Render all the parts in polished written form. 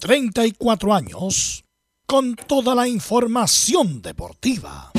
34 años con toda la información deportiva.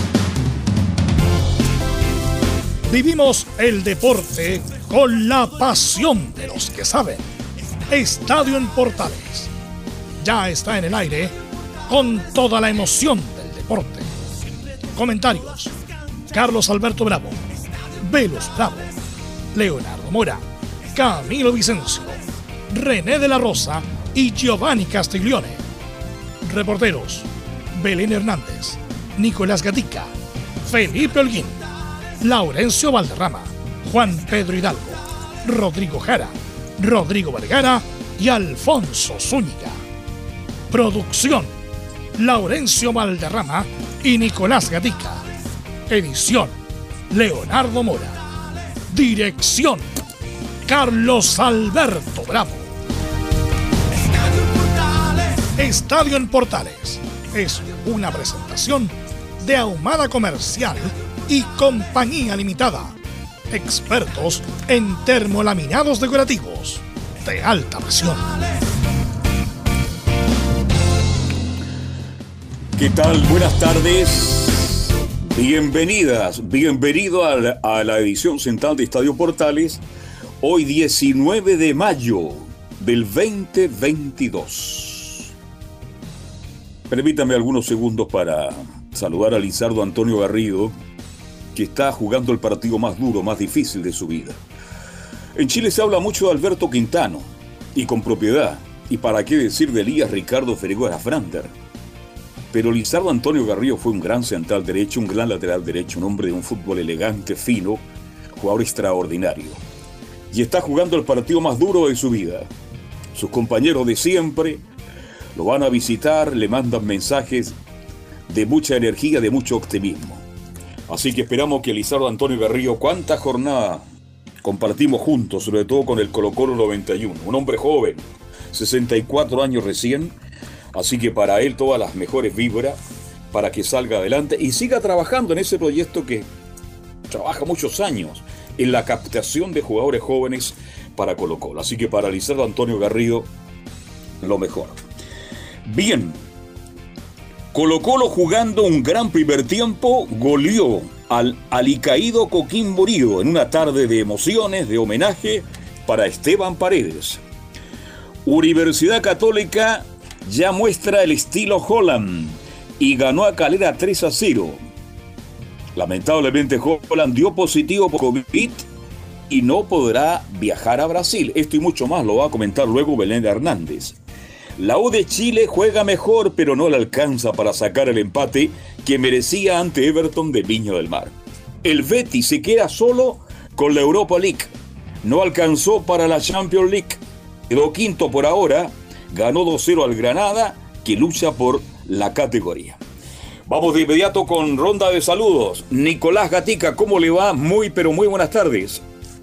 Vivimos el deporte con la pasión de los que saben. Estadio en Portales ya está en el aire con toda la emoción del deporte. Comentarios: Carlos Alberto Bravo, Velus Bravo, Leonardo Mora, Camilo Vicencio, René de la Rosa y Giovanni Castiglione. Reporteros: Belén Hernández, Nicolás Gatica, Felipe Holguín, Laurencio Valderrama, Juan Pedro Hidalgo, Rodrigo Jara, Rodrigo Vergara y Alfonso Zúñiga. Producción: Laurencio Valderrama y Nicolás Gatica. Edición: Leonardo Mora. Dirección: Carlos Alberto Bravo. Estadio en Portales es una presentación de Ahumada Comercial y Compañía Limitada. Expertos en termolaminados decorativos de alta presión. ¿Qué tal? Buenas tardes. Bienvenidas, bienvenido a la edición central de Estadio Portales. Hoy 19 de mayo del 2022. Permítame algunos segundos para saludar a Lizardo Antonio Garrido, que está jugando el partido más duro, más difícil de su vida. En Chile se habla mucho de Alberto Quintano, y con propiedad, y para qué decir de Elías Ricardo Figueroa Frander. Pero Lizardo Antonio Garrido fue un gran central derecho, un gran lateral derecho, un hombre de un fútbol elegante, fino, jugador extraordinario. Y está jugando el partido más duro de su vida. Sus compañeros de siempre lo van a visitar, le mandan mensajes de mucha energía, de mucho optimismo. Así que esperamos que Lizardo Antonio Garrido, cuánta jornada compartimos juntos, sobre todo con el Colo-Colo 91. Un hombre joven, 64 años recién, así que para él todas las mejores vibras para que salga adelante y siga trabajando en ese proyecto que trabaja muchos años en la captación de jugadores jóvenes para Colo-Colo. Así que para Lizardo Antonio Garrido, lo mejor. Bien, Colo-Colo jugando un gran primer tiempo, goleó al alicaído Coquimbo Unido en una tarde de emociones, de homenaje para Esteban Paredes. Universidad Católica ya muestra el estilo Holland y ganó a Calera 3-0. Lamentablemente Holland dio positivo por COVID y no podrá viajar a Brasil. Esto y mucho más lo va a comentar luego Belén Hernández. La U de Chile juega mejor, pero no le alcanza para sacar el empate que merecía ante Everton de Viña del Mar. El Betis se queda solo con la Europa League. No alcanzó para la Champions League. Quedó quinto por ahora. Ganó 2-0 al Granada, que lucha por la categoría. Vamos de inmediato con ronda de saludos. Nicolás Gatica, ¿cómo le va? Muy, pero muy buenas tardes.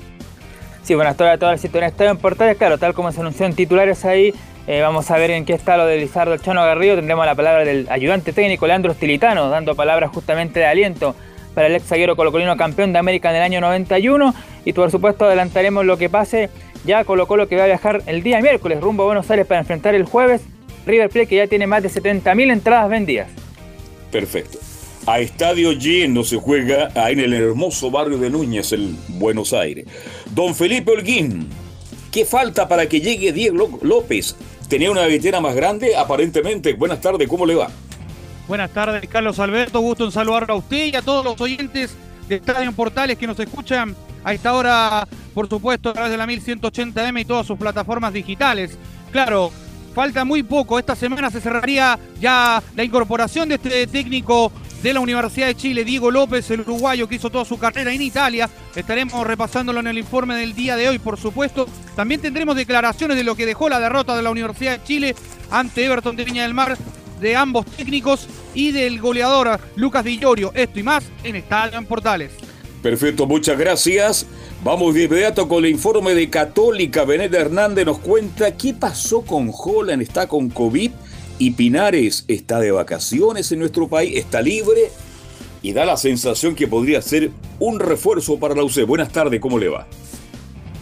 Sí, buenas tardes a toda la sintonía de Estadio en Portales. Claro, tal como se anunció en titulares ahí, vamos a ver en qué está lo de Lizardo El Chano Garrido. Tendremos la palabra del ayudante técnico Leandro Stilitano, dando palabras justamente de aliento para el ex zaguero colocolino campeón de América en el año 91. Y por supuesto adelantaremos lo que pase ya Colo-Colo, que va a viajar el día miércoles rumbo a Buenos Aires para enfrentar el jueves River Plate, que ya tiene más de 70.000 entradas vendidas. Perfecto. A estadio lleno se juega ahí en el hermoso barrio de Núñez, en Buenos Aires. Don Felipe Holguín, ¿qué falta para que llegue Diego López? Tenía una billetera más grande, aparentemente. Buenas tardes, ¿cómo le va? Buenas tardes, Carlos Alberto. Gusto en saludarlo a usted y a todos los oyentes de Estadio en Portales que nos escuchan a esta hora, por supuesto, a través de la 1180M y todas sus plataformas digitales. Claro, falta muy poco. Esta semana se cerraría ya la incorporación de este técnico de la Universidad de Chile, Diego López, el uruguayo que hizo toda su carrera en Italia. Estaremos repasándolo en el informe del día de hoy, por supuesto. También tendremos declaraciones de lo que dejó la derrota de la Universidad de Chile ante Everton de Viña del Mar, de ambos técnicos y del goleador Lucas Di Llorio. Esto y más en Estadio en Portales. Perfecto, muchas gracias. Vamos de inmediato con el informe de Católica. Belén Hernández nos cuenta qué pasó con Holland. Está con COVID y Pinares está de vacaciones en nuestro país, está libre y da la sensación que podría ser un refuerzo para la UC. Buenas tardes, ¿cómo le va?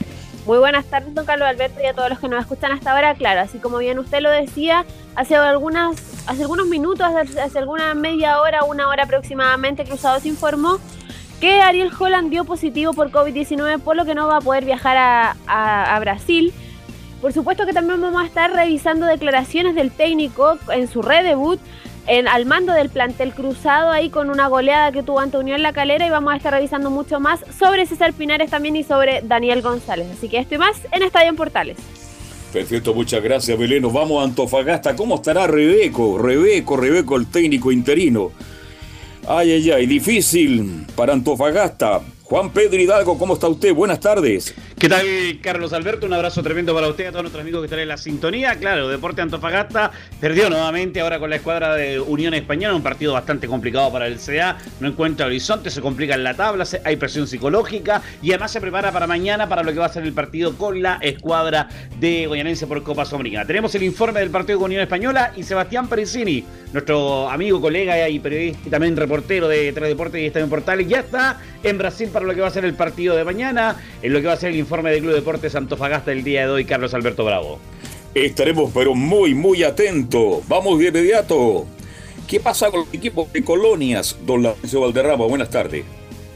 Muy buenas tardes, don Carlos Alberto, y a todos los que nos escuchan hasta ahora. Claro, así como bien usted lo decía, hace algunos minutos, hace alguna media hora, una hora aproximadamente, Cruzados informó que Ariel Holland dio positivo por COVID-19, por lo que no va a poder viajar a Brasil. Por supuesto que también vamos a estar revisando declaraciones del técnico en su redebut al mando del plantel cruzado, ahí con una goleada que tuvo ante Unión La Calera, y vamos a estar revisando mucho más sobre César Pinares también y sobre Daniel González. Así que esto y más en Estadio en Portales. Perfecto, muchas gracias, Belén. Nos vamos a Antofagasta. ¿Cómo estará Rebeco, el técnico interino? Ay, difícil para Antofagasta. Juan Pedro Hidalgo, ¿cómo está usted? Buenas tardes. ¿Qué tal, Carlos Alberto? Un abrazo tremendo para usted y a todos nuestros amigos que están en la sintonía. Claro, Deporte Antofagasta perdió nuevamente ahora con la escuadra de Unión Española, un partido bastante complicado para el CDA, no encuentra horizonte, se complica en la tabla, hay presión psicológica y además se prepara para mañana para lo que va a ser el partido con la escuadra de Goyanense por Copa Sudamericana. Tenemos el informe del partido con Unión Española y Sebastián Parisini, nuestro amigo, colega y periodista y también reportero de Teledeporte y Estadio Portales, ya está en Brasil para lo que va a ser el partido de mañana, en lo que va a ser el informe del Club Deportes Antofagasta el día de hoy, Carlos Alberto Bravo. Estaremos pero muy atentos. Vamos de inmediato. ¿Qué pasa con el equipo de Colonias, don Laurencio Valderrama? Buenas tardes.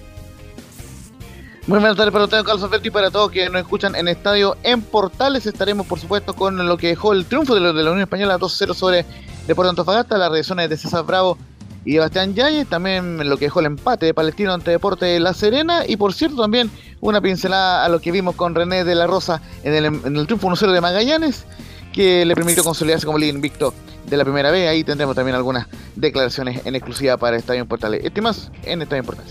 Muy buenas tardes para usted, Carlos Alberto, y para todos que nos escuchan en Estadio en Portales. Estaremos, por supuesto, con lo que dejó el triunfo de la Unión Española 2-0 sobre Deportes Antofagasta, las reacciones de César Bravo y Sebastián Yáñez, también lo que dejó el empate de Palestino ante Deportes La Serena, y por cierto también una pincelada a lo que vimos con René de la Rosa en el triunfo 1-0 de Magallanes, que le permitió consolidarse como líder invicto de la primera vez. Ahí tendremos también algunas declaraciones en exclusiva para Estadio en Portales. Este más en Estadio en Portales.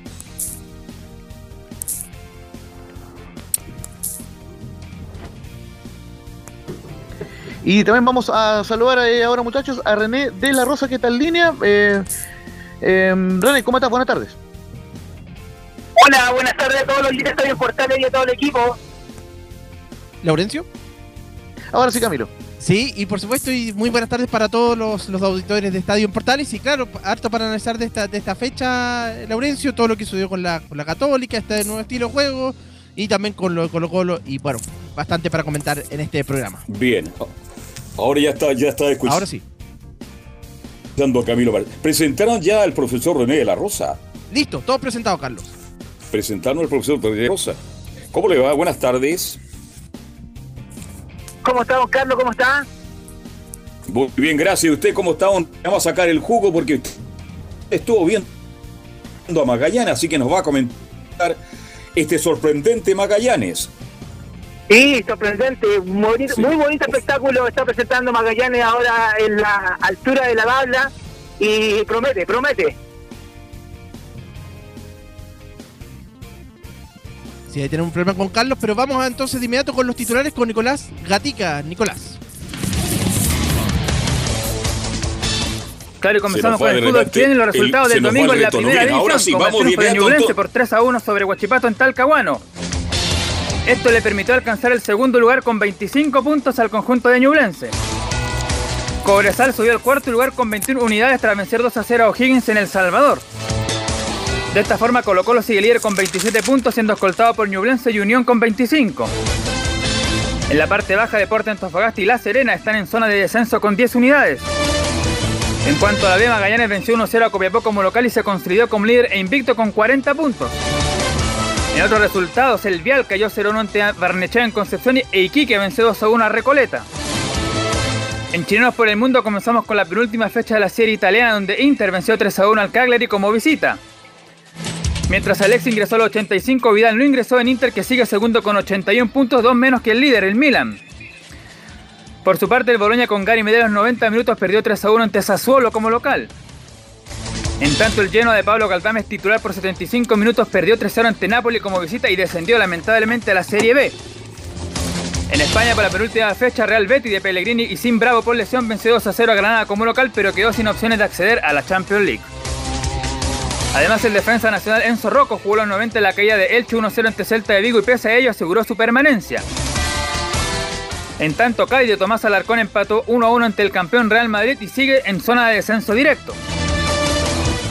Y también vamos a saludar ahora, muchachos, a René de la Rosa, que está en línea. René, ¿cómo estás? Buenas tardes. Hola, buenas tardes a todos los líderes de Estadio Portales y a todo el equipo. ¿Laurencio? Ahora sí, Camilo. Sí, y por supuesto, y muy buenas tardes para todos los auditores de Estadio en Portales. Y claro, harto para analizar de esta fecha, Laurencio, todo lo que sucedió con la Católica, este nuevo estilo de juego, y también con lo de Colo-Colo, y bueno, bastante para comentar en este programa. Bien. Ahora ya está escuchando. Ahora sí. A Camilo. ¿Presentaron ya al profesor René de la Rosa? Listo, todo presentado, Carlos. Presentaron al profesor René de la Rosa. ¿Cómo le va? Buenas tardes. ¿Cómo está, don Carlos? ¿Cómo está? Muy bien, gracias. ¿Usted cómo está? Vamos a sacar el jugo porque usted estuvo viendo a Magallanes, así que nos va a comentar este sorprendente Magallanes. Sí, sorprendente, muy bonito espectáculo está presentando Magallanes ahora en la altura de la tabla y promete. Sí, ahí tenemos un problema con Carlos, pero vamos entonces de inmediato con los titulares con Nicolás Gatica. Nicolás. Claro, y comenzamos con el fútbol chileno y los resultados del domingo en la primera división. Ahora sí, con el triunfo de Ñublense por 3-1 sobre Huachipato en Talcahuano. Esto le permitió alcanzar el segundo lugar con 25 puntos al conjunto de Ñublense. Cobresal subió al cuarto lugar con 21 unidades tras vencer 2-0 a O'Higgins en El Salvador. De esta forma, Colo-Colo sigue líder con 27 puntos, siendo escoltado por Ñublense y Unión con 25. En la parte baja, Deportes Antofagasta y La Serena están en zona de descenso con 10 unidades. En cuanto a la B, Magallanes venció 1-0 a Copiapó como local y se consolidó como líder e invicto con 40 puntos. En otros resultados, el Vial cayó 0-1 ante Barnechea en Concepción e Iquique venció 2-1 a Recoleta. En Chilenos por el Mundo comenzamos con la penúltima fecha de la serie italiana, donde Inter venció 3-1 al Cagliari como visita. Mientras Alex ingresó a los 85, Vidal no ingresó en Inter, que sigue segundo con 81 puntos, 2 menos que el líder, el Milan. Por su parte, el Bologna con Gary Medel a los 90 minutos perdió 3-1 ante Sassuolo como local. En tanto, el Genoa de Pablo Galdames, titular por 75 minutos, perdió 3-0 ante Napoli como visita y descendió lamentablemente a la Serie B. En España, para la penúltima fecha, Real Betis de Pellegrini y sin Bravo por lesión venció 2-0 a Granada como local, pero quedó sin opciones de acceder a la Champions League. Además, el defensa nacional Enzo Rocco jugó los 90 en la caída de Elche 1-0 ante Celta de Vigo y pese a ello aseguró su permanencia. En tanto, Cádiz de Tomás Alarcón empató 1-1 ante el campeón Real Madrid y sigue en zona de descenso directo.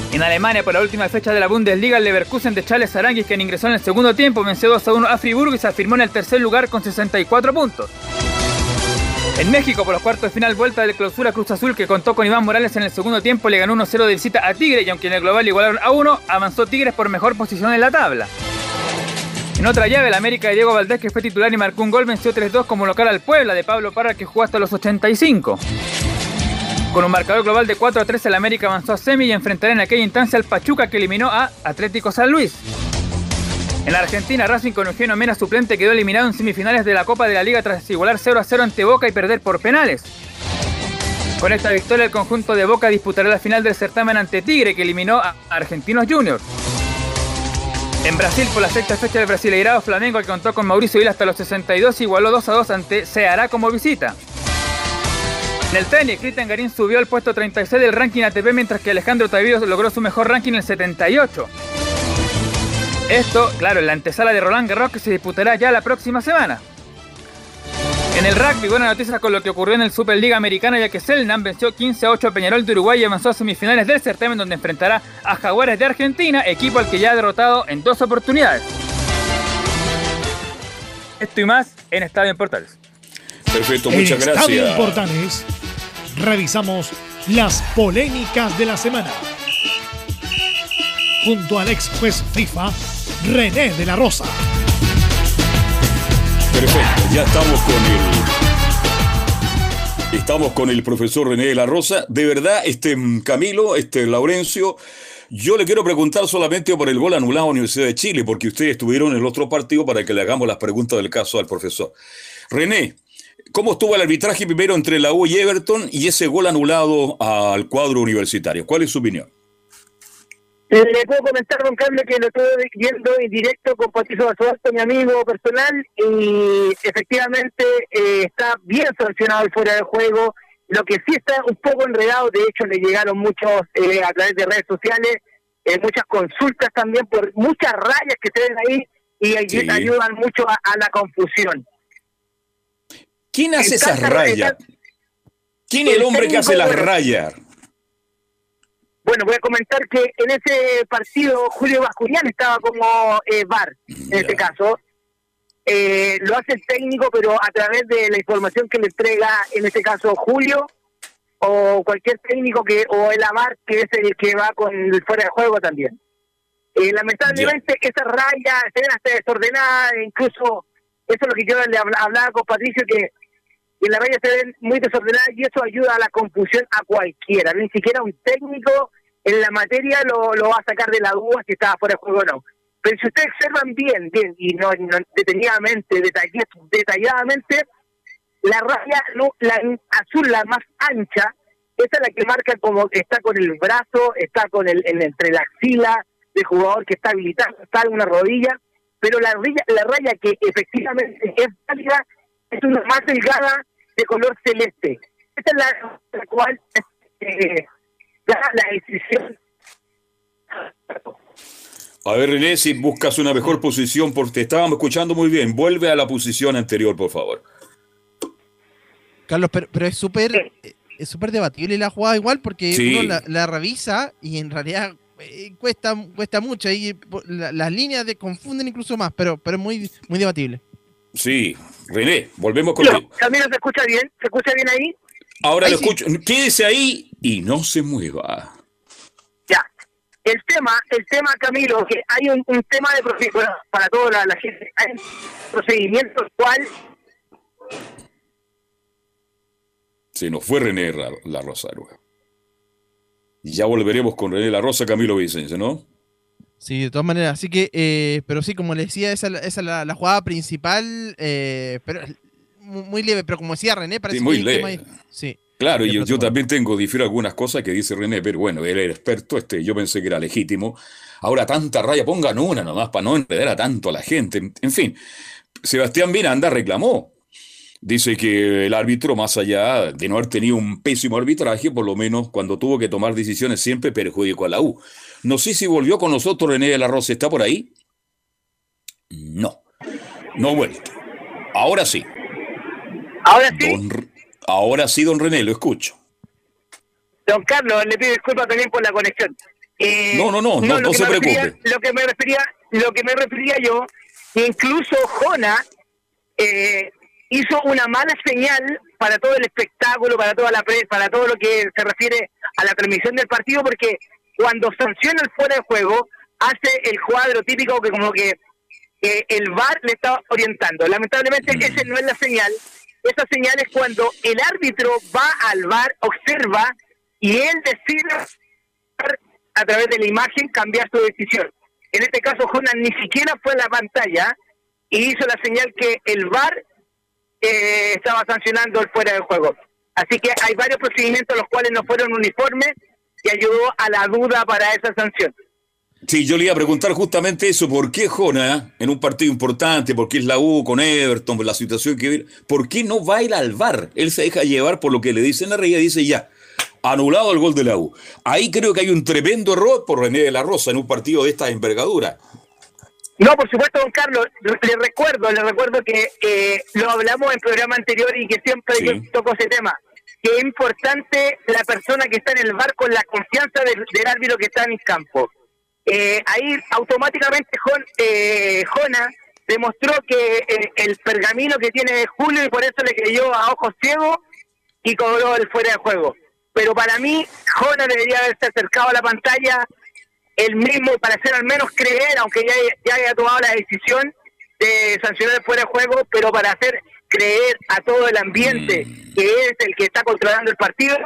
En Alemania, por la última fecha de la Bundesliga, el Leverkusen de Charles Aranguis, quien ingresó en el segundo tiempo, venció 2-1 a Friburgo y se afirmó en el tercer lugar con 64 puntos. En México, por los cuartos de final vuelta del Clausura, Cruz Azul, que contó con Iván Morales en el segundo tiempo, le ganó 1-0 de visita a Tigre, y aunque en el global igualaron a 1, avanzó Tigres por mejor posición en la tabla. En otra llave, el América de Diego Valdés, que fue titular y marcó un gol, venció 3-2 como local al Puebla de Pablo Parra, que jugó hasta los 85. Con un marcador global de 4-3, el América avanzó a semi y enfrentará en aquella instancia al Pachuca, que eliminó a Atlético San Luis. En la Argentina, Racing con Eugenio Mena suplente quedó eliminado en semifinales de la Copa de la Liga tras igualar 0-0 ante Boca y perder por penales. Con esta victoria, el conjunto de Boca disputará la final del certamen ante Tigre, que eliminó a Argentinos Juniors. En Brasil, por la sexta fecha del Brasileirao, Flamengo, que contó con Mauricio Vila hasta los 62, igualó 2-2 ante Ceará como visita. En el tenis, Cristian Garín subió al puesto 36 del ranking ATP, mientras que Alejandro Tavidos logró su mejor ranking en el 78. Esto, claro, en la antesala de Roland Garros, que se disputará ya la próxima semana. En el rugby, buena noticia con lo que ocurrió en el Superliga Americana, ya que Selknam venció 15-8 a Peñarol de Uruguay y avanzó a semifinales del certamen, donde enfrentará a Jaguares de Argentina, equipo al que ya ha derrotado en 2 oportunidades. Esto y más en Estadio en Portales. Perfecto, muchas gracias. Estadio en Portales, revisamos las polémicas de la semana. Junto al ex juez FIFA, René de la Rosa. Perfecto, ya estamos con el profesor René de la Rosa. De verdad, Camilo, Laurencio, yo le quiero preguntar solamente por el gol anulado a la Universidad de Chile, porque ustedes estuvieron en el otro partido para que le hagamos las preguntas del caso al profesor. René, ¿cómo estuvo el arbitraje primero entre la U y Everton y ese gol anulado al cuadro universitario? ¿Cuál es su opinión? Le puedo comentar, don Carlos, que lo estuve viendo en directo con Patricio Basobasto, mi amigo personal, y efectivamente está bien sancionado el fuera de juego. Lo que sí está un poco enredado, de hecho le llegaron muchos a través de redes sociales, muchas consultas también por muchas rayas que se ven ahí y sí, ayudan mucho a la confusión. ¿Quién hace esas rayas? ¿Quién es el hombre que hace las rayas? Bueno, voy a comentar que en ese partido Julio Bascuñán estaba como VAR, en este caso. Lo hace el técnico, pero a través de la información que le entrega, en este caso Julio, o cualquier técnico o el AMAR, que es el que va con el fuera de juego también. Lamentablemente, esas rayas se ven hasta desordenadas, incluso eso es lo que yo le hablaba con Patricio, que las rayas se ven muy desordenadas y eso ayuda a la confusión a cualquiera. Ni siquiera un técnico en la materia lo va a sacar de la duda si estaba fuera de juego o no. Pero si ustedes observan bien, y no detenidamente, detalladamente, la raya la azul, la más ancha, esa es la que marca como que está con el brazo, está con entre la axila del jugador que está habilitado, está en una rodilla, pero la raya que efectivamente es válida es una más delgada de color celeste. Esta es la cual da la decisión. A ver, René, si buscas una mejor posición, porque te estábamos escuchando muy bien. Vuelve a la posición anterior, por favor. Carlos, pero es súper debatible la jugada igual, porque sí, uno la revisa y en realidad cuesta mucho. Y las líneas confunden incluso más, pero es muy debatible. Sí, René, volvemos contigo. ¿Camilo se escucha bien? ¿Se escucha bien ahí? Ahora lo escucho. Quédese ahí y no se mueva. Ya. El tema, Camilo, que hay un tema de procedimiento para toda la gente. Hay un procedimiento cual... Se nos fue René La Rosa. Y ya volveremos con René La Rosa, Camilo Vicencio, ¿no? Sí, de todas maneras. Así que, pero sí, como le decía, esa es la jugada principal, pero muy leve. Pero como decía René, parece sí, muy leve. Sí. Claro, y yo también difiero algunas cosas que dice René, pero bueno, él era experto, yo pensé que era legítimo. Ahora tanta raya, pongan una nomás para no enredar a tanto a la gente. En fin, Sebastián Miranda reclamó. Dice que el árbitro, más allá de no haber tenido un pésimo arbitraje, por lo menos cuando tuvo que tomar decisiones siempre perjudicó a la U. No sé si volvió con nosotros René de la Rosa. ¿Está por ahí? No ha vuelto. Ahora sí. ¿Ahora sí? Ahora sí, don René, lo escucho. Don Carlos, le pido disculpas también por la conexión. No se preocupe. Lo que me refería yo, incluso Jona hizo una mala señal para todo el espectáculo, para toda la prensa, para todo lo que se refiere a la transmisión del partido, porque cuando sanciona el fuera de juego, hace el cuadro típico que como que el VAR le está orientando. Lamentablemente esa no es la señal. Esa señal es cuando el árbitro va al VAR, observa y él decide a través de la imagen cambiar su decisión. En este caso Jonas ni siquiera fue a la pantalla y hizo la señal que el VAR estaba sancionando el fuera de juego. Así que hay varios procedimientos los cuales no fueron uniformes y ayudó a la duda para esa sanción. Sí, yo le iba a preguntar justamente eso, ¿por qué Jona, en un partido importante, porque es la U con Everton, por la situación que vive, ¿por qué no va a ir al VAR? Él se deja llevar por lo que le dicen a Reyes y dice ya, anulado el gol de la U. Ahí creo que hay un tremendo error por René de la Rosa en un partido de esta envergadura. No, por supuesto, don Carlos, le recuerdo que lo hablamos en el programa anterior y que siempre yo toco ese tema, que es importante la persona que está en el VAR con la confianza del árbitro que está en el campo. Ahí automáticamente Jona demostró que el pergamino que tiene Julio y por eso le creyó a ojos ciegos y cobró el fuera de juego. Pero para mí, Jona debería haberse acercado a la pantalla él mismo para hacer al menos creer, aunque ya haya tomado la decisión de sancionar el fuera de juego, pero para hacer creer a todo el ambiente que es el que está controlando el partido,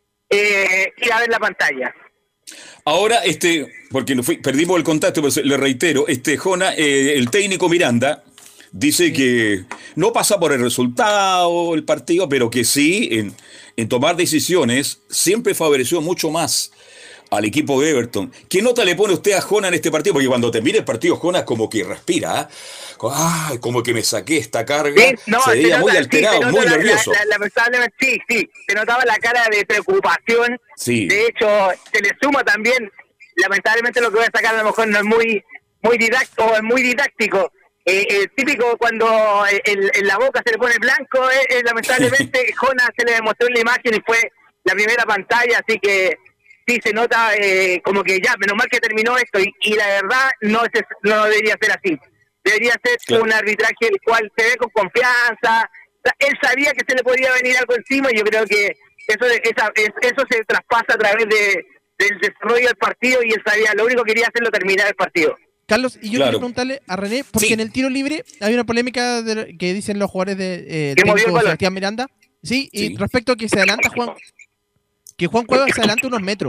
ir a ver la pantalla. Ahora, porque perdimos el contacto, pero le reitero, Jona, el técnico Miranda dice que no pasa por el resultado el partido, pero que sí, en tomar decisiones, siempre favoreció mucho más al equipo de Everton. ¿Qué nota le pone usted a Jona en este partido? Porque cuando termina el partido, Jona como que respira, ¿eh? Como que me saqué esta carga, se veía muy alterado, muy nervioso. Lamentablemente, sí, se notaba la cara de preocupación. Sí. De hecho, se le suma también, lamentablemente lo que voy a sacar a lo mejor no es muy didáctico. Típico cuando en la boca se le pone blanco, lamentablemente Jona se le demostró en la imagen y fue la primera pantalla, así que sí se nota como que ya, menos mal que terminó esto y la verdad no debería ser así. Debería ser un arbitraje el cual se ve con confianza. Él sabía que se le podía venir algo encima y yo creo que eso se traspasa a través del desarrollo del partido y él sabía, lo único que quería hacerlo terminar el partido. Carlos, y yo quiero preguntarle a René, porque en el tiro libre hay una polémica que dicen los jugadores de Sebastián Miranda, y respecto a que se adelanta Juan Cuevas se adelanta unos metros.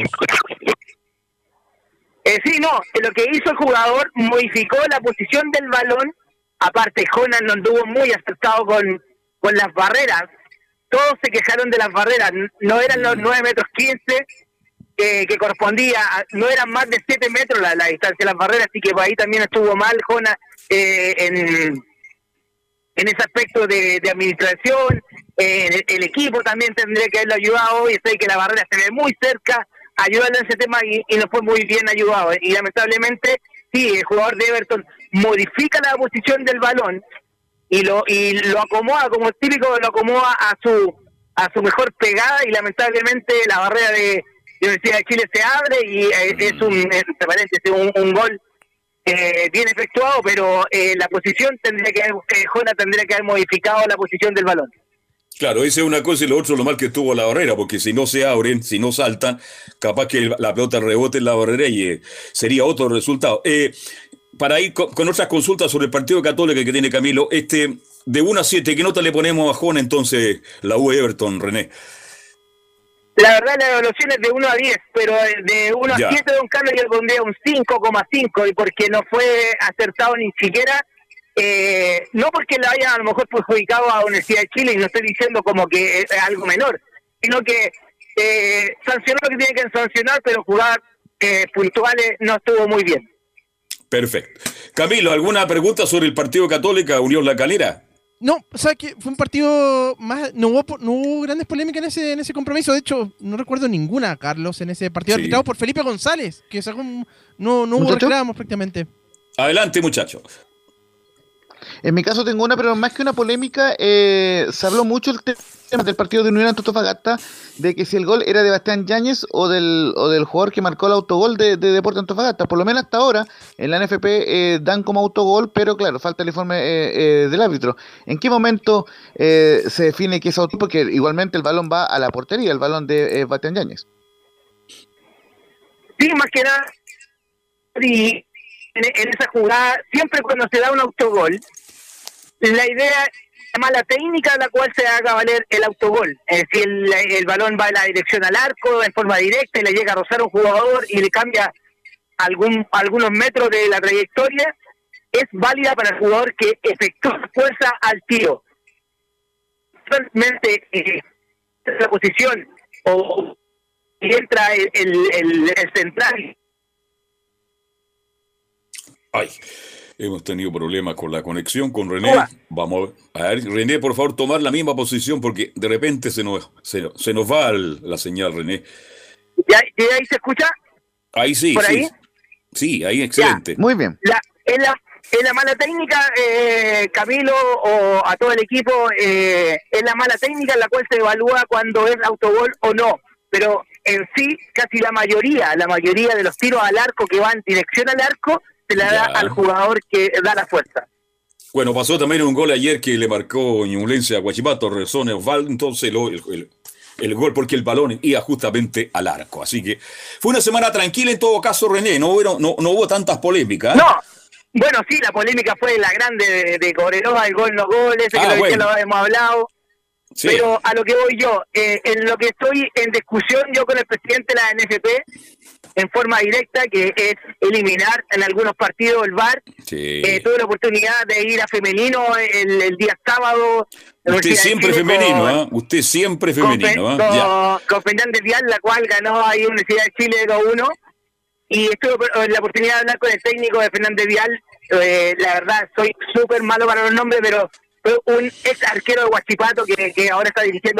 Lo que hizo el jugador modificó la posición del balón. Aparte, Jonas no anduvo muy acertado con las barreras. Todos se quejaron de las barreras. No eran los 9 metros 15 que correspondía, no eran más de 7 metros la distancia de las barreras, así que por ahí también estuvo mal Jonas en ese aspecto de administración. El equipo también tendría que haberlo ayudado, y sé que la barrera se ve muy cerca, ayudarle en ese tema y no fue muy bien ayudado. Y lamentablemente, sí, el jugador de Everton modifica la posición del balón y lo acomoda, como el típico, lo acomoda a su mejor pegada, y lamentablemente la barrera de Universidad de Chile se abre y es un gol bien efectuado, pero la posición Jona tendría que haber modificado la posición del balón. Claro, esa es una cosa, y lo otro lo mal que estuvo la barrera, porque si no se abren, si no saltan, capaz que la pelota rebote en la barrera y sería otro resultado. Para ir con otras consultas sobre el partido Católica que tiene Camilo, de 1 a 7, ¿qué nota le ponemos a Jona entonces la U Everton, René? La verdad la evaluación es de 1 a 10, pero de 1 a 7, don Carlos, yo le pondría un 5,5, y porque no fue acertado ni siquiera, no porque le haya a lo mejor perjudicado a Universidad de Chile, y no estoy diciendo como que es algo menor, sino que sancionó lo que tiene que sancionar, pero jugar puntuales no estuvo muy bien. Perfecto. Camilo, ¿alguna pregunta sobre el partido Católica Unión La Calera? No, o sea que fue un partido más, no hubo grandes polémicas en ese compromiso. De hecho, no recuerdo ninguna, Carlos, en ese partido arbitrado por Felipe González, que sacó no hubo reclamos prácticamente. Adelante, muchachos. En mi caso tengo una, pero más que una polémica, se habló mucho el tema del partido de Unión Antofagasta, de que si el gol era de Bastián Yáñez o del jugador que marcó el autogol de Deportes Antofagasta. Por lo menos hasta ahora, en la NFP dan como autogol, pero claro, falta el informe del árbitro. ¿En qué momento se define que es autogol? Porque igualmente el balón va a la portería, el balón de Bastián Yáñez. Sí, más que nada, y en esa jugada, siempre cuando se da un autogol, la idea es llamar la técnica a la cual se haga valer el autogol. Es decir, el balón va en la dirección al arco en forma directa y le llega a rozar a un jugador y le cambia algunos metros de la trayectoria, es válida para el jugador que efectúa fuerza al tiro. Realmente, la posición o entra el central. Ay, hemos tenido problemas con la conexión con René. Hola. Vamos a ver, René, por favor, tomar la misma posición porque de repente se nos va la señal, René. ¿Ya ahí se escucha? Ahí sí. ¿Por ahí? Sí, ahí excelente. Ya, muy bien. En la mala técnica, Camilo, o a todo el equipo, es la mala técnica en la cual se evalúa cuando es autogol o no. Pero en sí, casi la mayoría de los tiros al arco que van en dirección al arco, se la da al jugador que da la fuerza. Bueno, pasó también un gol ayer que le marcó Ñublense a Huachipato, Rezone Osvaldo, entonces el gol porque el balón iba justamente al arco. Así que fue una semana tranquila en todo caso, René, no hubo tantas polémicas. No, bueno, sí, la polémica fue la grande de Cobreloa, el gol no gol, ese que lo hemos hablado. Sí. Pero a lo que voy yo, en lo que estoy en discusión yo con el presidente de la NFP, en forma directa, que es eliminar en algunos partidos el VAR. Sí. Tuve la oportunidad de ir a femenino el día sábado. Usted siempre femenino, ¿eh? Usted siempre femenino, con Fernández Vial, la cual ganó ahí Universidad de Chile 2-1. Y estuve la oportunidad de hablar con el técnico de Fernández Vial. La verdad, soy súper malo para los nombres, pero fue un ex arquero de Huachipato que ahora está dirigiendo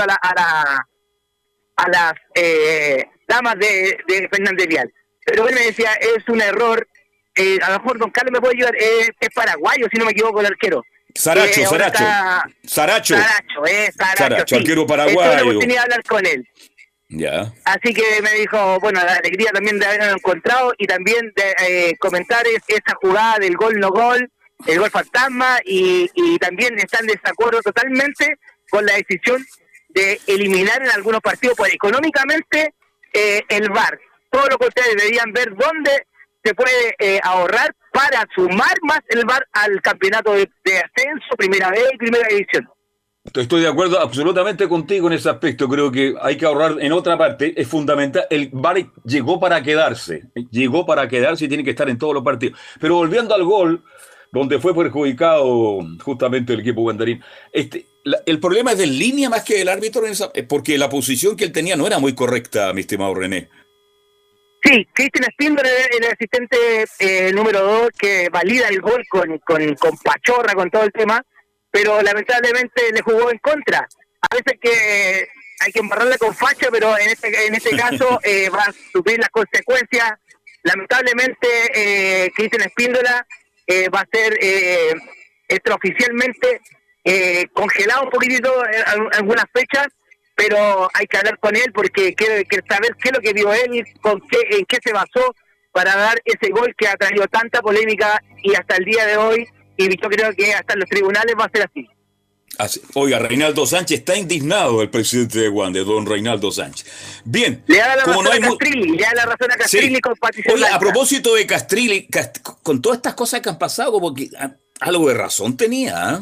a las damas de Fernández Vial. Pero él me decía, es un error, a lo mejor don Carlos me puede ayudar, es paraguayo, si no me equivoco, el arquero. Saracho, sí. Arquero paraguayo. Tuve la oportunidad de hablar con él. Ya. Así que me dijo, bueno, la alegría también de haberlo encontrado y también de comentar esa jugada del gol no gol, el gol fantasma, y también están en desacuerdo totalmente con la decisión de eliminar en algunos partidos, pues económicamente el VAR. Todo lo contrario, deberían ver dónde se puede ahorrar para sumar más el VAR al campeonato de ascenso, primera vez y primera división. Estoy de acuerdo absolutamente contigo en ese aspecto. Creo que hay que ahorrar en otra parte. Es fundamental. El VAR llegó para quedarse. Y tiene que estar en todos los partidos. Pero volviendo al gol, donde fue perjudicado justamente el equipo guandarín. El problema es del línea más que del árbitro, porque la posición que él tenía no era muy correcta, mi estimado René. Sí, Cristian Spindler, el asistente número 2, que valida el gol con pachorra, con todo el tema, pero lamentablemente le jugó en contra. A veces que hay que embarrarle con facha, pero en este caso va a sufrir las consecuencias. Lamentablemente, Cristian Spíndola va a ser extraoficialmente congelado un poquitito en algunas fechas, pero hay que hablar con él porque quiere saber qué es lo que vio él y en qué se basó para dar ese gol que ha traído tanta polémica y hasta el día de hoy, y yo creo que hasta en los tribunales va a ser así. Oiga, Reinaldo Sánchez está indignado, el presidente de Wander, don Reinaldo Sánchez. Bien. Le da la razón a Castrilli, sí. Con Patricio Oye, Blanca. A propósito de Castrilli, con todas estas cosas que han pasado, como que algo de razón tenía,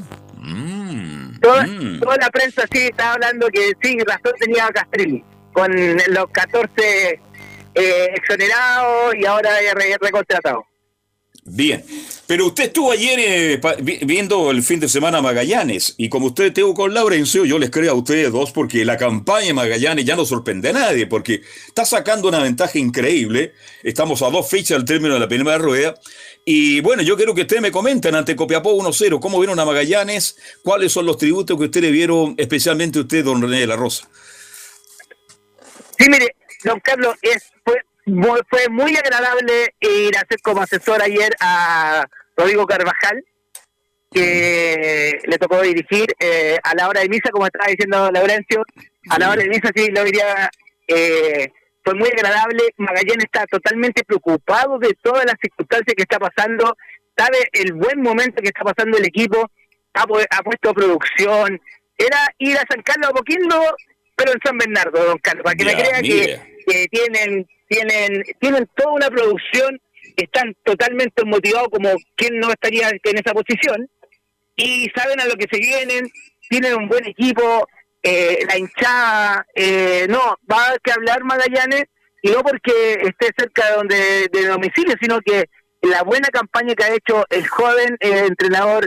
Toda la prensa sí estaba hablando que sí, razón tenía Castrilli, con los 14 exonerados y ahora recontratado. Bien, pero usted estuvo ayer viendo el fin de semana Magallanes, y como usted estuvo con Laurencio, yo les creo a ustedes dos, porque la campaña de Magallanes ya no sorprende a nadie, porque está sacando una ventaja increíble. Estamos a 2 fechas al término de la primera rueda, y bueno, yo quiero que ustedes me comenten ante Copiapó 1-0, ¿cómo vieron a Magallanes? ¿Cuáles son los tributos que ustedes vieron, especialmente usted, don René de la Rosa? Sí, mire, don Carlos, fue muy agradable ir a ser como asesor ayer a Rodrigo Carvajal, que le tocó dirigir a la hora de misa, como estaba diciendo Laurencio, a la hora de misa sí lo diría, fue muy agradable. Magallanes está totalmente preocupado de todas las circunstancias que está pasando, sabe el buen momento que está pasando el equipo, ha puesto producción, era ir a San Carlos a Apoquindo, pero en San Bernardo, don Carlos, para que me crea que tienen toda una producción, están totalmente motivados como quien no estaría en esa posición, y saben a lo que se vienen, tienen un buen equipo, la hinchada, no, va a haber que hablar Magallanes, y no porque esté cerca de domicilio, sino que la buena campaña que ha hecho el joven entrenador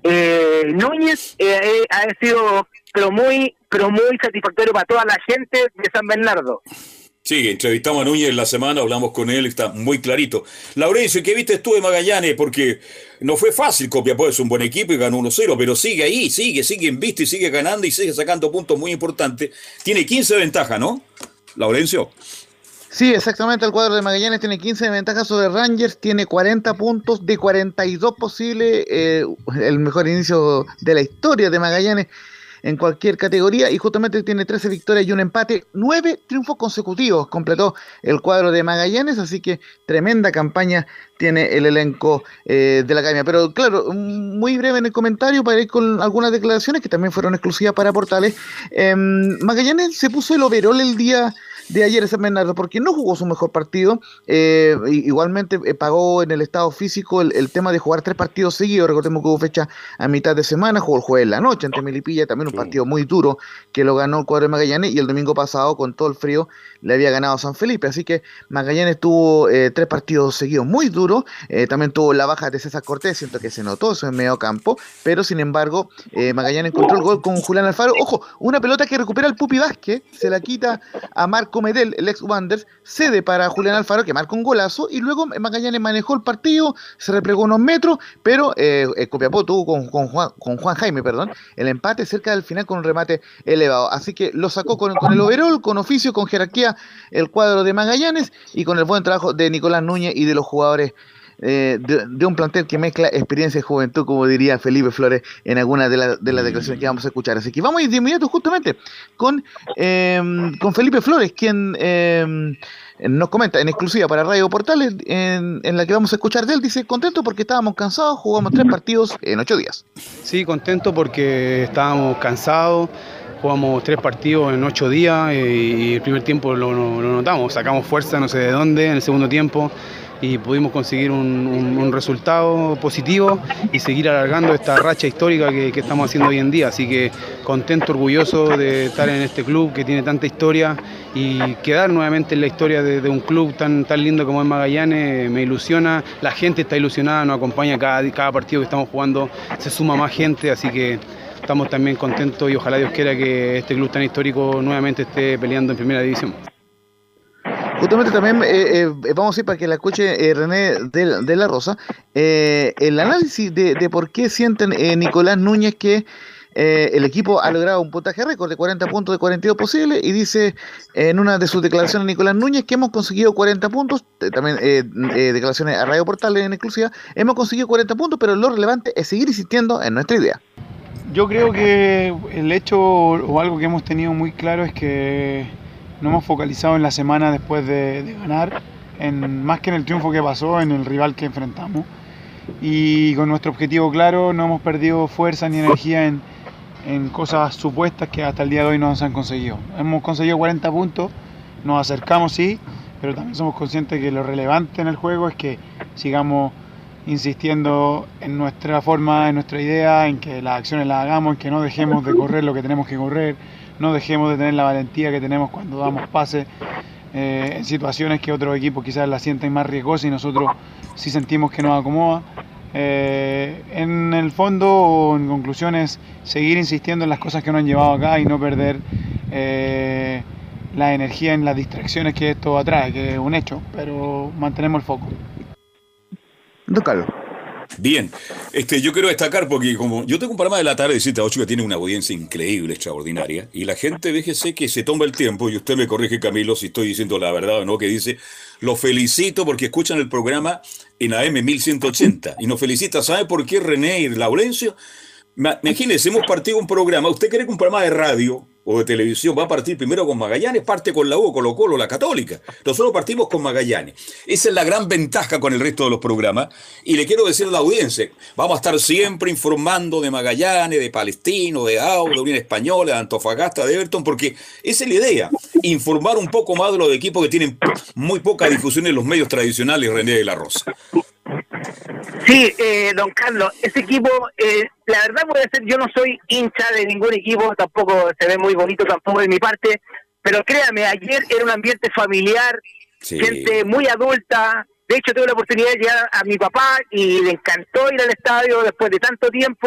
Núñez ha sido pero muy satisfactorio para toda la gente de San Bernardo. Sí, entrevistamos a Núñez en la semana, hablamos con él, está muy clarito. Laurencio, ¿qué viste tú de Magallanes? Porque no fue fácil, Copiapó es un buen equipo y ganó 1-0, pero sigue ahí, sigue en vista y sigue ganando y sigue sacando puntos muy importantes. Tiene 15 de ventaja, ¿no, Laurencio? Sí, exactamente, el cuadro de Magallanes tiene 15 de ventaja sobre Rangers, tiene 40 puntos de 42 posibles, el mejor inicio de la historia de Magallanes en cualquier categoría, y justamente tiene 13 victorias y un empate, 9 triunfos consecutivos completó el cuadro de Magallanes, así que tremenda campaña tiene el elenco de la academia. Pero claro, muy breve en el comentario para ir con algunas declaraciones que también fueron exclusivas para Portales. Magallanes se puso el overall el día de ayer en San Bernardo porque no jugó su mejor partido, igualmente pagó en el estado físico el tema de jugar 3 partidos seguidos. Recordemos que hubo fecha a mitad de semana, jugó el jueves en la noche ante Melipilla, también un partido muy duro que lo ganó el cuadro de Magallanes, y el domingo pasado con todo el frío le había ganado a San Felipe, así que Magallanes tuvo 3 partidos seguidos muy duros, también tuvo la baja de César Cortés, siento que se notó eso en medio campo, pero sin embargo Magallanes encontró el gol con Julián Alfaro, ojo, una pelota que recupera el Pupi Vázquez, se la quita a Marco Medel, el ex Wanderers, cede para Julián Alfaro que marca un golazo, y luego Magallanes manejó el partido, se replegó unos metros, pero Copiapó tuvo con Juan Jaime, el empate cerca del final con un remate elevado, así que lo sacó con el overall, con oficio, con jerarquía el cuadro de Magallanes, y con el buen trabajo de Nicolás Núñez y de los jugadores de un plantel que mezcla experiencia y juventud, como diría Felipe Flores en algunas de las declaraciones que vamos a escuchar. Así que vamos a ir de inmediato justamente con Felipe Flores, quien nos comenta en exclusiva para Radio Portales, en la que vamos a escuchar de él. Dice: contento porque estábamos cansados, jugamos 3 partidos en 8 días. Sí, contento porque estábamos cansados. Jugamos 3 partidos en 8 días y el primer tiempo lo notamos, sacamos fuerza no sé de dónde en el segundo tiempo y pudimos conseguir un resultado positivo y seguir alargando esta racha histórica que estamos haciendo hoy en día. Así que contento, orgulloso de estar en este club que tiene tanta historia y quedar nuevamente en la historia de un club tan lindo como es Magallanes. Me ilusiona, la gente está ilusionada, nos acompaña cada partido que estamos jugando, se suma más gente, así que estamos también contentos y ojalá Dios quiera que este club tan histórico nuevamente esté peleando en primera división. Justamente también vamos a ir para que la escuche René de la Rosa, el análisis de por qué sienten Nicolás Núñez que el equipo ha logrado un puntaje récord de 40 puntos de 42 posibles, y dice en una de sus declaraciones Nicolás Núñez que hemos conseguido 40 puntos, también declaraciones a Radio Portales en exclusiva, hemos conseguido 40 puntos, pero lo relevante es seguir insistiendo en nuestra idea. Yo creo que el hecho o algo que hemos tenido muy claro es que nos hemos focalizado en la semana después de ganar, más que en el triunfo que pasó, en el rival que enfrentamos, y con nuestro objetivo claro no hemos perdido fuerza ni energía en cosas supuestas que hasta el día de hoy no se han conseguido. Hemos conseguido 40 puntos, nos acercamos sí, pero también somos conscientes que lo relevante en el juego es que sigamos insistiendo en nuestra forma, en nuestra idea, en que las acciones las hagamos, en que no dejemos de correr lo que tenemos que correr, no dejemos de tener la valentía que tenemos cuando damos pases en situaciones que otros equipos quizás la sienten más riesgosas y nosotros sí sentimos que nos acomoda. En el fondo, o en conclusión, es seguir insistiendo en las cosas que nos han llevado acá y no perder la energía en las distracciones que esto atrae, que es un hecho, pero mantenemos el foco. Don Carlos. Bien, yo quiero destacar porque como yo tengo un programa de la tarde de 7 a 8 que tiene una audiencia increíble, extraordinaria, y la gente, déjese que se toma el tiempo, y usted me corrige, Camilo, si estoy diciendo la verdad o no, que dice, lo felicito porque escuchan el programa en AM 1180, y nos felicita, ¿sabe por qué, René y Laurencio? Imagínense, hemos partido un programa, ¿usted cree que un programa de radio o de televisión va a partir primero con Magallanes? Parte con la U, Colo-Colo, la Católica. Nosotros partimos con Magallanes. Esa es la gran ventaja con el resto de los programas. Y le quiero decir a la audiencia, vamos a estar siempre informando de Magallanes, de Palestino, de AU, de Unión Española, de Antofagasta, de Everton, porque esa es la idea, informar un poco más de los equipos que tienen muy poca difusión en los medios tradicionales, René de la Rosa. Sí, don Carlos, ese equipo, la verdad voy a decir, yo no soy hincha de ningún equipo, tampoco se ve muy bonito tampoco de mi parte, pero créame, ayer era un ambiente familiar, sí, gente muy adulta. De hecho, tuve la oportunidad de llegar a mi papá y le encantó ir al estadio después de tanto tiempo.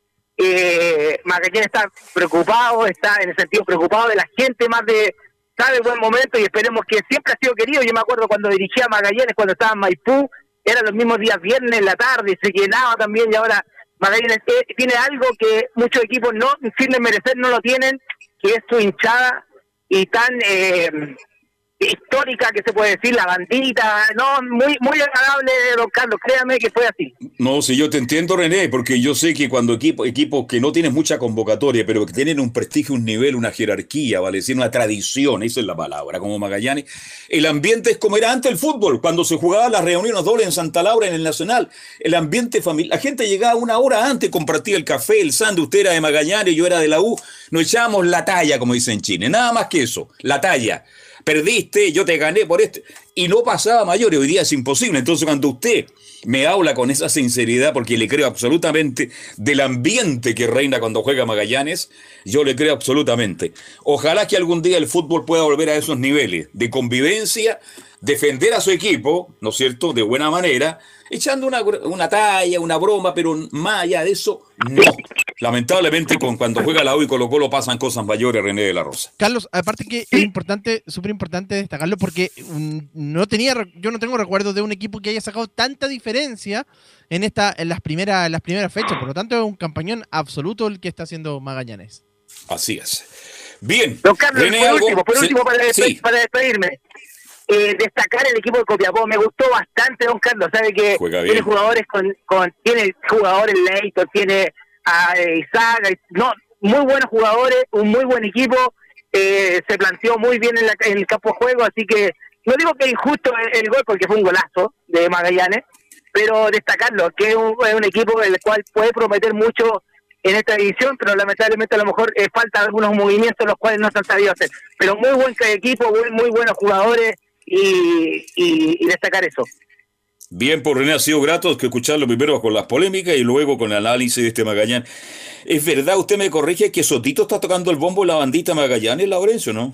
Magallanes está preocupado, está en el sentido preocupado de la gente, más de sabe buen momento, y esperemos que siempre ha sido querido. Yo me acuerdo cuando dirigía a Magallanes, cuando estaba en Maipú, eran los mismos días viernes en la tarde, se llenaba también, y ahora Magallanes tiene algo que muchos equipos no, sin desmerecer, no lo tienen, que es su hinchada y tan histórica, que se puede decir, la bandita, no, muy agradable, don Carlos, créame que fue así. No, si yo te entiendo, René, porque yo sé que cuando equipos que no tienen mucha convocatoria, pero que tienen un prestigio, un nivel, una jerarquía, vale decir, una tradición, esa es la palabra, como Magallanes, el ambiente es como era antes el fútbol, cuando se jugaba las reuniones dobles en Santa Laura, en el Nacional, el ambiente familiar, la gente llegaba una hora antes, compartía el café, el sándwich, usted era de Magallanes, yo era de la U, nos echábamos la talla, como dicen en Chile, nada más que eso, la talla. Perdiste, yo te gané por esto, y no pasaba mayores, hoy día es imposible. Entonces cuando usted me habla con esa sinceridad, porque le creo absolutamente del ambiente que reina cuando juega Magallanes, yo le creo absolutamente. Ojalá que algún día el fútbol pueda volver a esos niveles de convivencia, defender a su equipo, ¿no es cierto?, de buena manera, echando una talla, una broma, pero más allá de eso, no. Lamentablemente cuando juega la U y Colo-Colo pasan cosas mayores, René de la Rosa. Carlos, aparte que es importante, súper importante destacarlo, porque yo no tengo recuerdo de un equipo que haya sacado tanta diferencia en las primeras fechas, por lo tanto es un campañón absoluto el que está haciendo Magallanes. Así es. Bien. Don Carlos, René, por último, para despedirme. Destacar el equipo de Copiapó, me gustó bastante, don Carlos, sabe que tiene jugadores tiene jugadores Leighton, tiene a Isaac, no, muy buenos jugadores, un muy buen equipo, se planteó muy bien en el campo de juego, así que no digo que es injusto el gol porque fue un golazo de Magallanes, pero destacarlo, que es un equipo el cual puede prometer mucho en esta división, pero lamentablemente a lo mejor falta algunos movimientos los cuales no se han sabido hacer, pero muy buen equipo, muy buenos jugadores, y destacar eso. Bien, por René, ha sido grato que escucharlo primero con las polémicas y luego con el análisis de este Magallanes. ¿Es verdad, usted me corrige, que Sotito está tocando el bombo en la bandita Magallanes, Laurencio, no?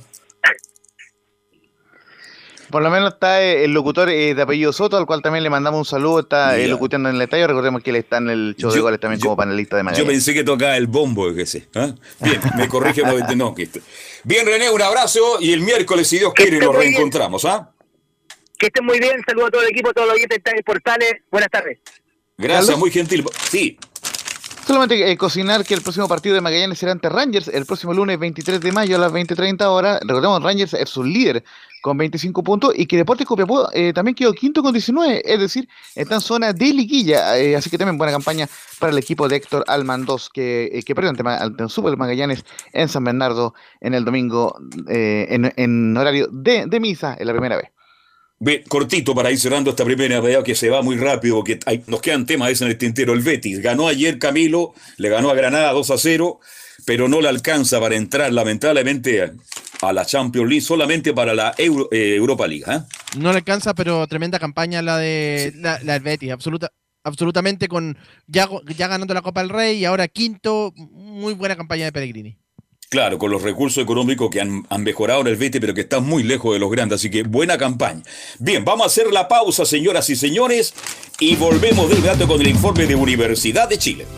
Por lo menos está el locutor de apellido Soto, al cual también le mandamos un saludo, está locutando en el estadio. Recordemos que él está en el show de goles también como panelista de Magallanes. Yo pensé que tocaba el bombo, que sé. ¿Ah? Bien, me corrige. No, bien, René, un abrazo y el miércoles, si Dios quiere, nos reencontramos. ¿Ah? Que estén muy bien, saludo a todo el equipo, a todos los oyentes de Portales. Buenas tardes. Gracias, Carlos, muy gentil. Sí. Solamente cocinar que el próximo partido de Magallanes será ante Rangers el próximo lunes 23 de mayo a las 20:30 horas. Recordemos, Rangers es su líder con 25 puntos y que Deportes Copiapó también quedó quinto con 19, es decir, está en zona de liguilla, así que también buena campaña para el equipo de Héctor Almandós que perdió ante el Super Magallanes en San Bernardo en el domingo en horario de misa en la primera vez. Bien, cortito para ir cerrando esta primera vez, que se va muy rápido, porque nos quedan temas en el tintero. El Betis ganó ayer, Camilo, le ganó a Granada 2-0, pero no le alcanza para entrar lamentablemente a la Champions League, solamente para la Europa League. No le alcanza, pero tremenda campaña la de la Betis, absolutamente, con ya ganando la Copa del Rey y ahora quinto, muy buena campaña de Pellegrini. Claro, con los recursos económicos que han mejorado en el Betis, pero que están muy lejos de los grandes, así que buena campaña. Bien, vamos a hacer la pausa, señoras y señores, y volvemos de inmediato con el informe de Universidad de Chile.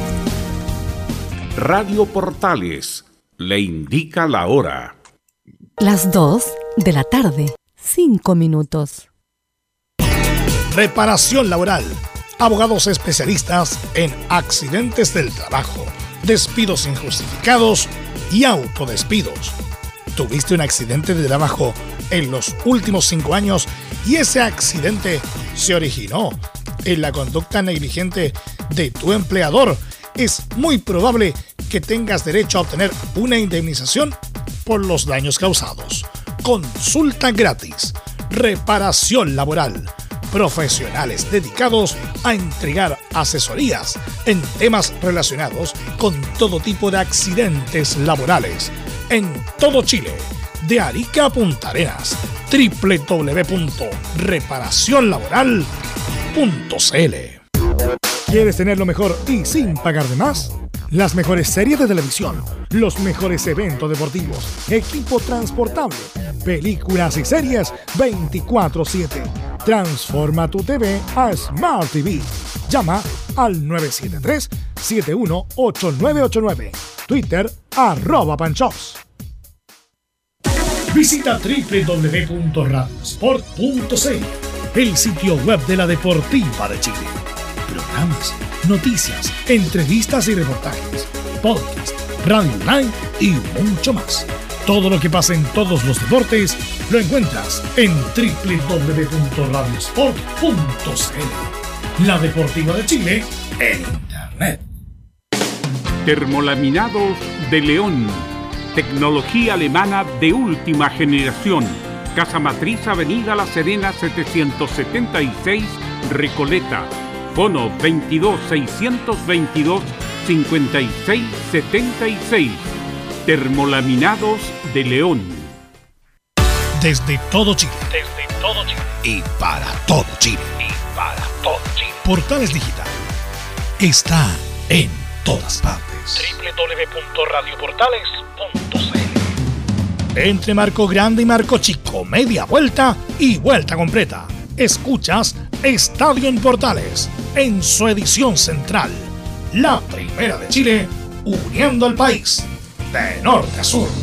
Radio Portales le indica la hora. Las 2 de la tarde, 5 minutos. Reparación laboral. Abogados especialistas en accidentes del trabajo, despidos injustificados y autodespidos. ¿Tuviste un accidente de trabajo en los últimos 5 años y ese accidente se originó en la conducta negligente de tu empleador? Es muy probable que tengas derecho a obtener una indemnización por los daños causados. Consulta gratis. Reparación laboral. Profesionales dedicados a entregar asesorías en temas relacionados con todo tipo de accidentes laborales en todo Chile, de Arica a Punta Arenas. www.reparacionlaboral.cl. ¿Quieres tener lo mejor y sin pagar de más? Las mejores series de televisión, los mejores eventos deportivos, equipo transportable, películas y series 24/7. Transforma tu TV a Smart TV. Llama al 973-718989. Twitter @Panchops. Visita www.radiosport.cl, el sitio web de la Deportiva de Chile. Programas, noticias, entrevistas y reportajes, podcast, radio online y mucho más. Todo lo que pasa en todos los deportes lo encuentras en www.radiosport.cl. La Deportiva de Chile en Internet. Termolaminados de León. Tecnología alemana de última generación. Casa Matriz, Avenida La Serena 776, Recoleta. Bono 22-622-5676. Termolaminados de León. Desde todo Chile. Desde todo Chile. Y para todo Chile. Portales Digital está en todas partes. www.radioportales.cl. Entre Marco Grande y Marco Chico, media vuelta y vuelta completa. Escuchas Estadio en Portales, en su edición central. La primera de Chile, uniendo al país, de norte a sur.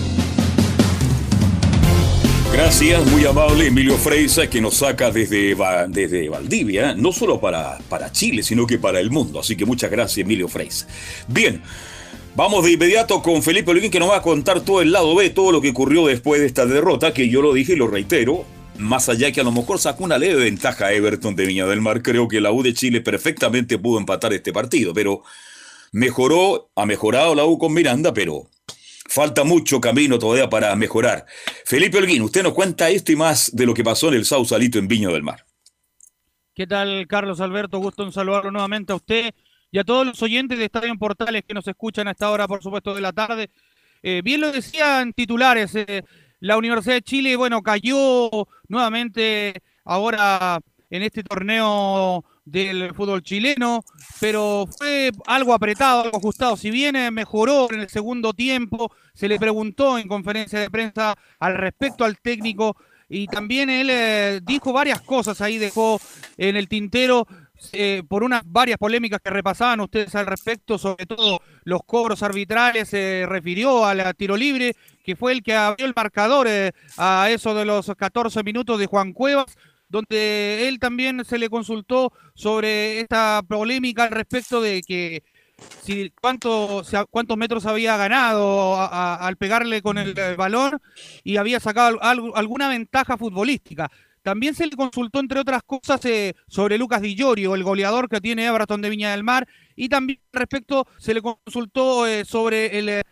Gracias, muy amable Emilio Freisa, que nos saca desde Valdivia, no solo para Chile, sino que para el mundo. Así que muchas gracias, Emilio Freisa. Bien, vamos de inmediato con Felipe Holguín, que nos va a contar todo el lado B, todo lo que ocurrió después de esta derrota, que yo lo dije y lo reitero. Más allá que a lo mejor sacó una leve ventaja a Everton de Viña del Mar, creo que la U de Chile perfectamente pudo empatar este partido, pero ha mejorado la U con Miranda, pero falta mucho camino todavía para mejorar. Felipe Holguín, usted nos cuenta esto y más de lo que pasó en el Sausalito en Viña del Mar. ¿Qué tal, Carlos Alberto? Gusto en saludarlo nuevamente a usted y a todos los oyentes de Estadio en Portales que nos escuchan a esta hora, por supuesto, de la tarde. Bien lo decían titulares, la Universidad de Chile, bueno, cayó nuevamente ahora en este torneo del fútbol chileno, pero fue algo apretado, algo ajustado. Si bien mejoró en el segundo tiempo, se le preguntó en conferencia de prensa al respecto al técnico y también él dijo varias cosas ahí, dejó en el tintero por varias polémicas que repasaban ustedes al respecto, sobre todo los cobros arbitrales. Se refirió al tiro libre, que fue el que abrió el marcador a eso de los 14 minutos de Juan Cuevas, donde él también se le consultó sobre esta polémica al respecto de que cuántos metros había ganado al pegarle con el balón y había sacado alguna ventaja futbolística. También se le consultó, entre otras cosas, sobre Lucas Di Llorio, el goleador que tiene Everton de Viña del Mar, y también al respecto se le consultó sobre el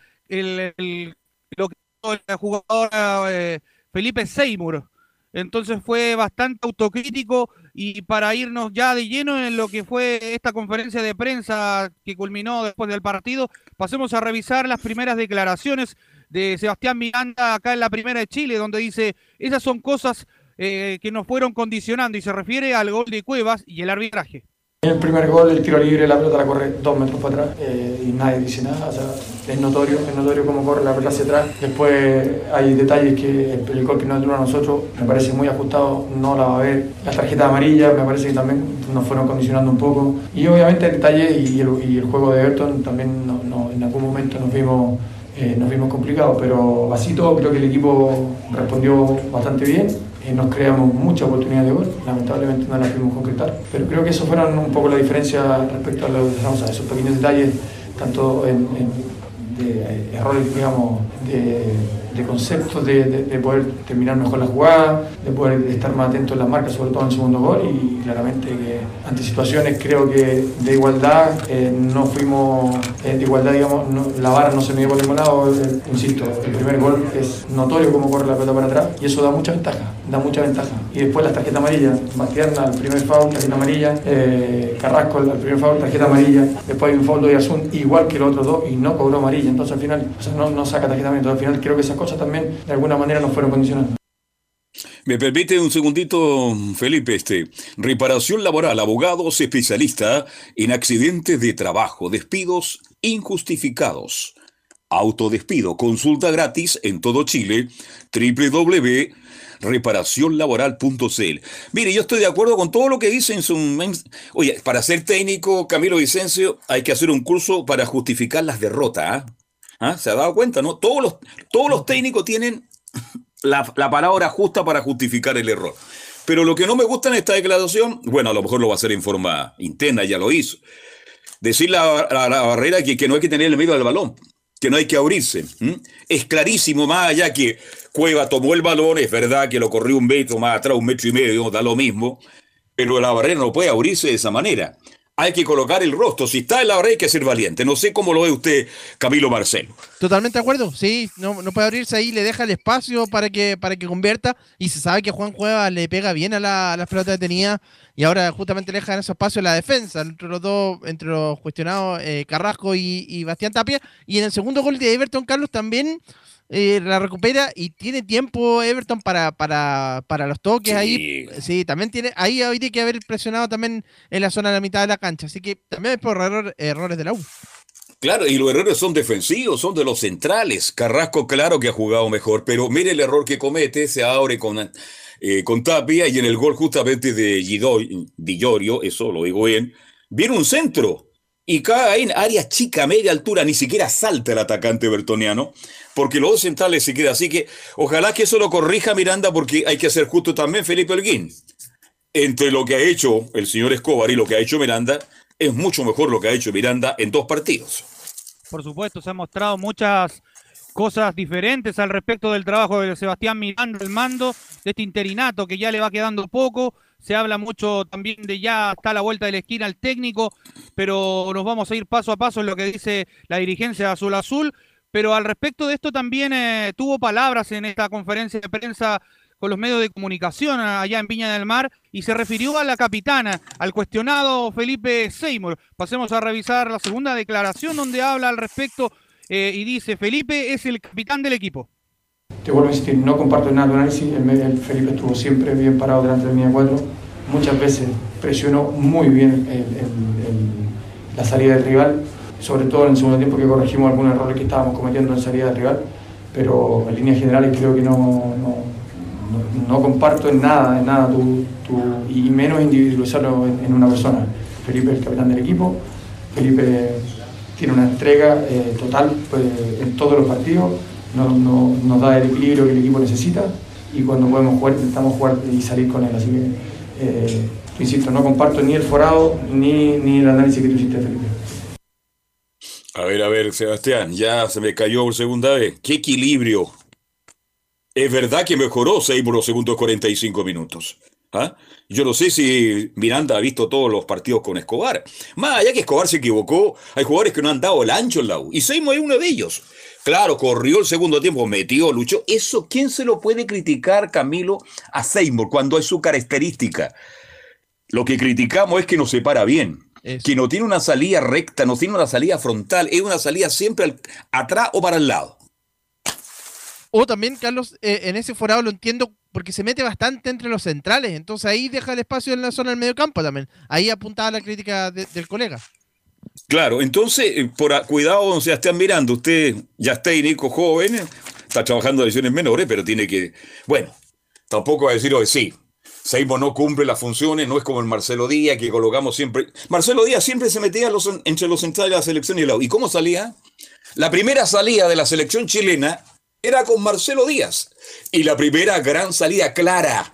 jugador Felipe Seymour. Entonces fue bastante autocrítico, y para irnos ya de lleno en lo que fue esta conferencia de prensa que culminó después del partido, pasemos a revisar las primeras declaraciones de Sebastián Miranda acá en la Primera de Chile, donde dice: esas son cosas que nos fueron condicionando, y se refiere al gol de Cuevas y el arbitraje. En el primer gol, el tiro libre, la pelota la corre 2 metros para atrás y nadie dice nada. O sea, es notorio cómo corre la pelota hacia atrás. Después hay detalles que el gol que nos dio a nosotros me parece muy ajustado, no la va a ver. Las tarjetas amarillas me parece que también nos fueron condicionando un poco. Y obviamente el detalle y el juego de Everton también en algún momento nos vimos nos vimos complicados, pero así todo creo que el equipo respondió bastante bien. Nos creamos muchas oportunidades de gol, lamentablemente no las pudimos concretar, pero creo que eso fueron un poco la diferencia respecto a esos pequeños detalles, tanto de errores, digamos, de conceptos, de poder terminar mejor la jugada, de poder estar más atento en las marcas, sobre todo en el segundo gol, y claramente que ante situaciones creo que de igualdad no fuimos, de igualdad digamos, la vara no se midió por ningún lado, insisto, el primer gol es notorio cómo corre la pelota para atrás y eso da mucha ventaja. Y después las tarjetas amarillas, Bastián al primer foul, tarjeta amarilla, Carrasco al primer foul, tarjeta amarilla, después hay un foul de Oyarzún igual que los otros dos y no cobró amarilla, entonces al final, o sea, no saca tarjeta amarilla, entonces al final creo que esas cosas también de alguna manera nos fueron condicionando. Me permite un segundito, Felipe, reparación laboral, abogados especialistas en accidentes de trabajo, despidos injustificados, autodespido, consulta gratis en todo Chile, www.reparacionlaboral.cl. Mire, yo estoy de acuerdo con todo lo que dice en su... Oye, para ser técnico, Camilo Vicencio, hay que hacer un curso para justificar las derrotas, ¿Se ha dado cuenta, no? Todos los técnicos tienen la palabra justa para justificar el error. Pero lo que no me gusta en esta declaración, bueno, a lo mejor lo va a hacer en forma interna, ya lo hizo. Decir la barrera que no hay que tener el medio del balón, que no hay que abrirse. Es clarísimo, más allá que Cueva tomó el balón, es verdad que lo corrió un metro más atrás, 1,5 metros, da lo mismo, pero la barrera no puede abrirse de esa manera. Hay que colocar el rostro. Si está en la barrera hay que ser valiente. No sé cómo lo ve usted, Camilo Marcelo. Totalmente de acuerdo. Sí, no puede abrirse ahí, le deja el espacio para que convierta. Y se sabe que Juan Cueva le pega bien a las pelotas que tenía. Y ahora justamente le dejan ese espacio la defensa. Entre los dos, entre los cuestionados Carrasco y Bastián Tapia. Y en el segundo gol de Everton, Carlos también la recupera y tiene tiempo Everton para los toques. Sí. Ahí sí, también tiene, ahí habría que haber presionado también en la zona de la mitad de la cancha, así que también es por errores de la U. Claro, y los errores son defensivos, son de los centrales. Carrasco claro que ha jugado mejor, pero mire el error que comete, se abre con Tapia y en el gol justamente de Di Llorio, eso lo digo bien, viene un centro y cae ahí en área chica, media altura, ni siquiera salta el atacante bertoniano, porque los dos centrales se quedan. Así que ojalá que eso lo corrija Miranda, porque hay que ser justo también, Felipe Holguín. Entre lo que ha hecho el señor Escobar y lo que ha hecho Miranda, es mucho mejor lo que ha hecho Miranda en 2 partidos. Por supuesto, se han mostrado muchas cosas diferentes al respecto del trabajo de Sebastián Miranda, el mando de este interinato que ya le va quedando poco. Se habla mucho también de ya está a la vuelta de la esquina el técnico, pero nos vamos a ir paso a paso en lo que dice la dirigencia azul. Pero al respecto de esto también tuvo palabras en esta conferencia de prensa con los medios de comunicación allá en Viña del Mar y se refirió a la capitana, al cuestionado Felipe Seymour. Pasemos a revisar la segunda declaración donde habla al respecto y dice: Felipe es el capitán del equipo. Te vuelvo a insistir, no comparto nada de análisis. El Felipe estuvo siempre bien parado delante del línea 4. Muchas veces presionó muy bien la salida del rival, sobre todo en el segundo tiempo que corregimos algunos errores que estábamos cometiendo en salida del rival, pero en líneas generales creo que no comparto en nada y menos individualizarlo en una persona. Felipe es el capitán del equipo, Felipe tiene una entrega total en todos los partidos, nos da el equilibrio que el equipo necesita y cuando podemos jugar intentamos jugar y salir con él, así que insisto, no comparto ni el forado ni el análisis que tú hiciste, Felipe. A ver, Sebastián, ya se me cayó por segunda vez. ¡Qué equilibrio! Es verdad que mejoró Seymour los segundos 45 minutos. Yo no sé si Miranda ha visto todos los partidos con Escobar. Más allá que Escobar se equivocó, hay jugadores que no han dado el ancho en la U. Y Seymour es uno de ellos. Claro, corrió el segundo tiempo, metió, luchó. Eso, ¿quién se lo puede criticar, Camilo, a Seymour cuando es su característica? Lo que criticamos es que no se para bien. Eso. Que no tiene una salida recta, no tiene una salida frontal, es una salida siempre atrás o para el lado. O también, Carlos, en ese forado lo entiendo porque se mete bastante entre los centrales, entonces ahí deja el espacio en la zona del mediocampo también. Ahí apuntaba la crítica del colega. Claro, entonces, cuidado, don Sebastián Miranda, usted ya es técnico joven, está trabajando en divisiones menores, pero tiene que... Bueno, tampoco va a decir hoy sí. Seymour no cumple las funciones, no es como el Marcelo Díaz, que colocamos siempre... Marcelo Díaz siempre se metía entre los centrales de la selección y el lado. ¿Y cómo salía? La primera salida de la selección chilena era con Marcelo Díaz. Y la primera gran salida clara,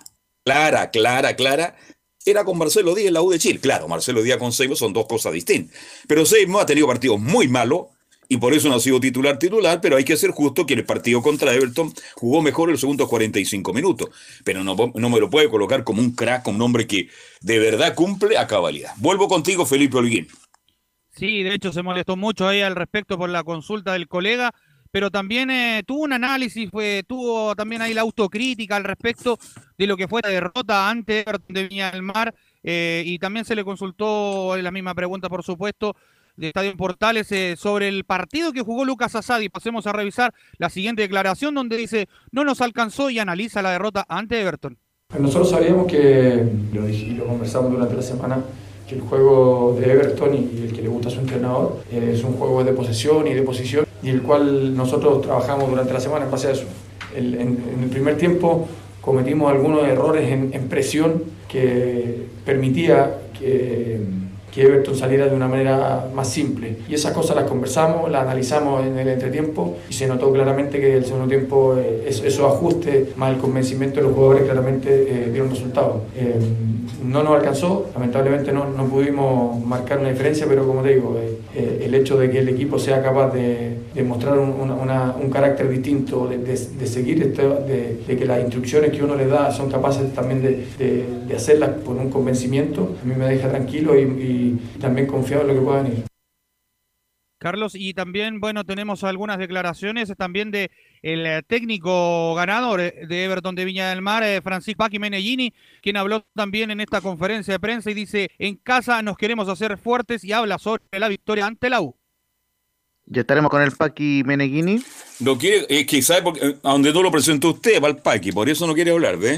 era con Marcelo Díaz en la U de Chile. Claro, Marcelo Díaz con Seymour son dos cosas distintas. Pero Seymour ha tenido partidos muy malos y por eso no ha sido titular, pero hay que ser justo que en el partido contra Everton jugó mejor en los segundos 45 minutos. Pero no me lo puede colocar como un crack, como un hombre que de verdad cumple a cabalidad. Vuelvo contigo, Felipe Holguín. Sí, de hecho se molestó mucho ahí al respecto por la consulta del colega, pero también tuvo un análisis, tuvo también ahí la autocrítica al respecto de lo que fue la derrota ante Everton de Viña del Mar, y también se le consultó la misma pregunta, por supuesto, de Estadio en Portales sobre el partido que jugó Lucas Asadi. Pasemos a revisar la siguiente declaración donde dice: no nos alcanzó, y analiza la derrota ante Everton. Nosotros sabíamos que, lo conversamos durante la semana, que el juego de Everton y el que le gusta a su entrenador es un juego de posesión y de posición, y el cual nosotros trabajamos durante la semana en base a eso. En el primer tiempo cometimos algunos errores en presión que permitía que Everton saliera de una manera más simple, y esas cosas las conversamos, las analizamos en el entretiempo, y se notó claramente que el segundo tiempo esos ajustes más el convencimiento de los jugadores claramente dieron resultados. No nos alcanzó, lamentablemente no pudimos marcar una diferencia, pero como te digo, el hecho de que el equipo sea capaz de mostrar un carácter distinto, de seguir de que las instrucciones que uno les da son capaces también de hacerlas con un convencimiento, a mí me deja tranquilo y también confiado en lo que pueda venir. Carlos, y también, bueno, tenemos algunas declaraciones también de el técnico ganador de Everton de Viña del Mar, Francisco Paqui Meneghini, quien habló también en esta conferencia de prensa y dice: en casa nos queremos hacer fuertes, y habla sobre la victoria ante la U. Ya estaremos con el Paqui Meneghini. No quiere, quizás a donde no lo presentó usted, va el Paqui, por eso no quiere hablar, ¿ve?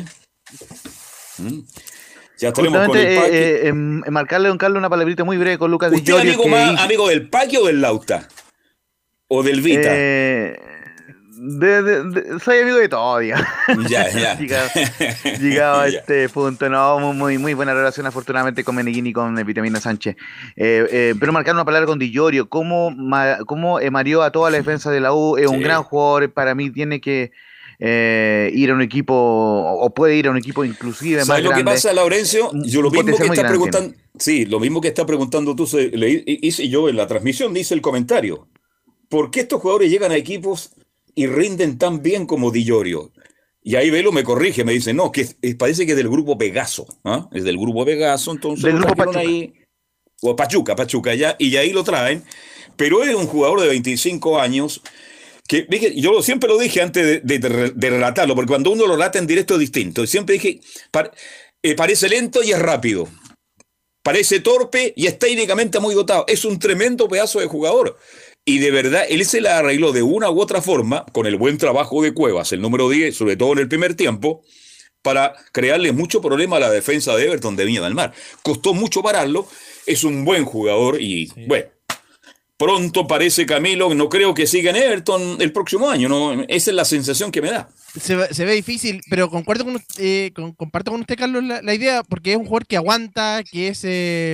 Ya estaremos con el Paqui. Marcarle a don Carlos una palabrita muy breve con Lucas Di ¿Usted Llorio. amigo del Paqui o del Lauta? ¿O del Vita? Soy amigo de todo, digamos. Ya. Llegado a este punto, no, muy buena relación afortunadamente con Meneghini y con Vitamina Sánchez. Pero marcar una palabra con Di Llorio, cómo mareó a toda la defensa de la U, es un gran jugador, para mí tiene que ir a un equipo, o puede ir a un equipo inclusive más grande. ¿Sabes lo que pasa, Laurencio? Yo lo mismo que está preguntando, lo mismo que está preguntando tú, le hice yo en la transmisión, dice el comentario. ¿Por qué estos jugadores llegan a equipos y rinden tan bien como Di Llorio? Y ahí Velo me corrige, me dice, no, que parece que es del grupo Pegaso, ¿ah? Es del grupo Pegaso, entonces del grupo Pachuca. Ahí, o Pachuca, y ahí lo traen, pero es un jugador de 25 años, que yo siempre lo dije antes de relatarlo, porque cuando uno lo relata en directo es distinto, siempre dije, parece lento y es rápido, parece torpe y es técnicamente muy dotado, es un tremendo pedazo de jugador. Y de verdad, él se la arregló de una u otra forma, con el buen trabajo de Cuevas, el número 10, sobre todo en el primer tiempo, para crearle mucho problema a la defensa de Everton de Viña del Mar. Costó mucho pararlo, es un buen jugador y, bueno, pronto parece Camilo, no creo que siga en Everton el próximo año, ¿no? Esa es la sensación que me da. Se ve difícil, pero comparto con usted, Carlos, la idea, porque es un jugador que aguanta, que es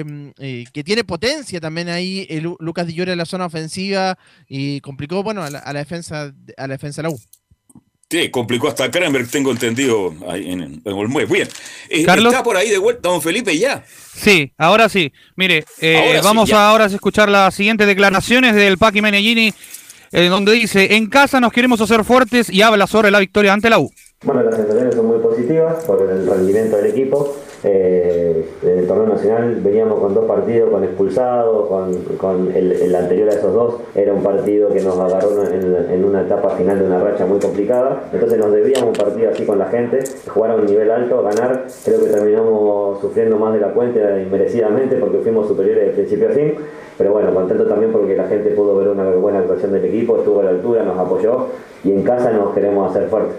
que tiene potencia también ahí, Lucas Di Llorio en la zona ofensiva, y complicó, bueno, a la defensa de la U. Sí, complicó hasta Kramer, tengo entendido, ahí en Olmué. Bien, Carlos, ¿está por ahí de vuelta don Felipe ya? Sí, ahora sí. Mire, vamos ahora a escuchar las siguientes declaraciones del Paqui Meneghini, donde dice: en casa nos queremos hacer fuertes, y habla sobre la victoria ante la U. Bueno, las sensaciones son muy positivas por el rendimiento del equipo. En el torneo nacional veníamos con 2 partidos con expulsados, con el anterior a esos 2 era un partido que nos agarró en una etapa final de una racha muy complicada, entonces nos debíamos un partido así con la gente, jugar a un nivel alto, ganar. Creo que terminamos sufriendo más de la cuenta inmerecidamente porque fuimos superiores de principio a fin, pero bueno, contento también porque la gente pudo ver una buena actuación del equipo, estuvo a la altura, nos apoyó, y en casa nos queremos hacer fuertes.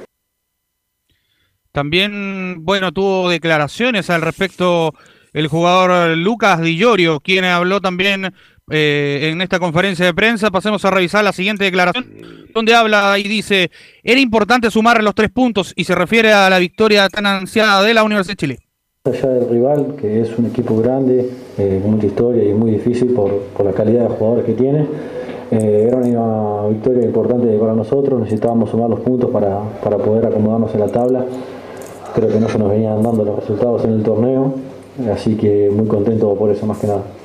También, bueno, tuvo declaraciones al respecto el jugador Lucas Di Llorio, quien habló también en esta conferencia de prensa. Pasemos a revisar la siguiente declaración, donde habla y dice: era importante sumar los 3 puntos, y se refiere a la victoria tan ansiada de la Universidad de Chile. Allá del rival, que es un equipo grande, con mucha historia y muy difícil por la calidad de jugadores que tiene. Era una victoria importante para nosotros, necesitábamos sumar los puntos para poder acomodarnos en la tabla. Creo que no se nos venían dando los resultados en el torneo, así que muy contento por eso más que nada.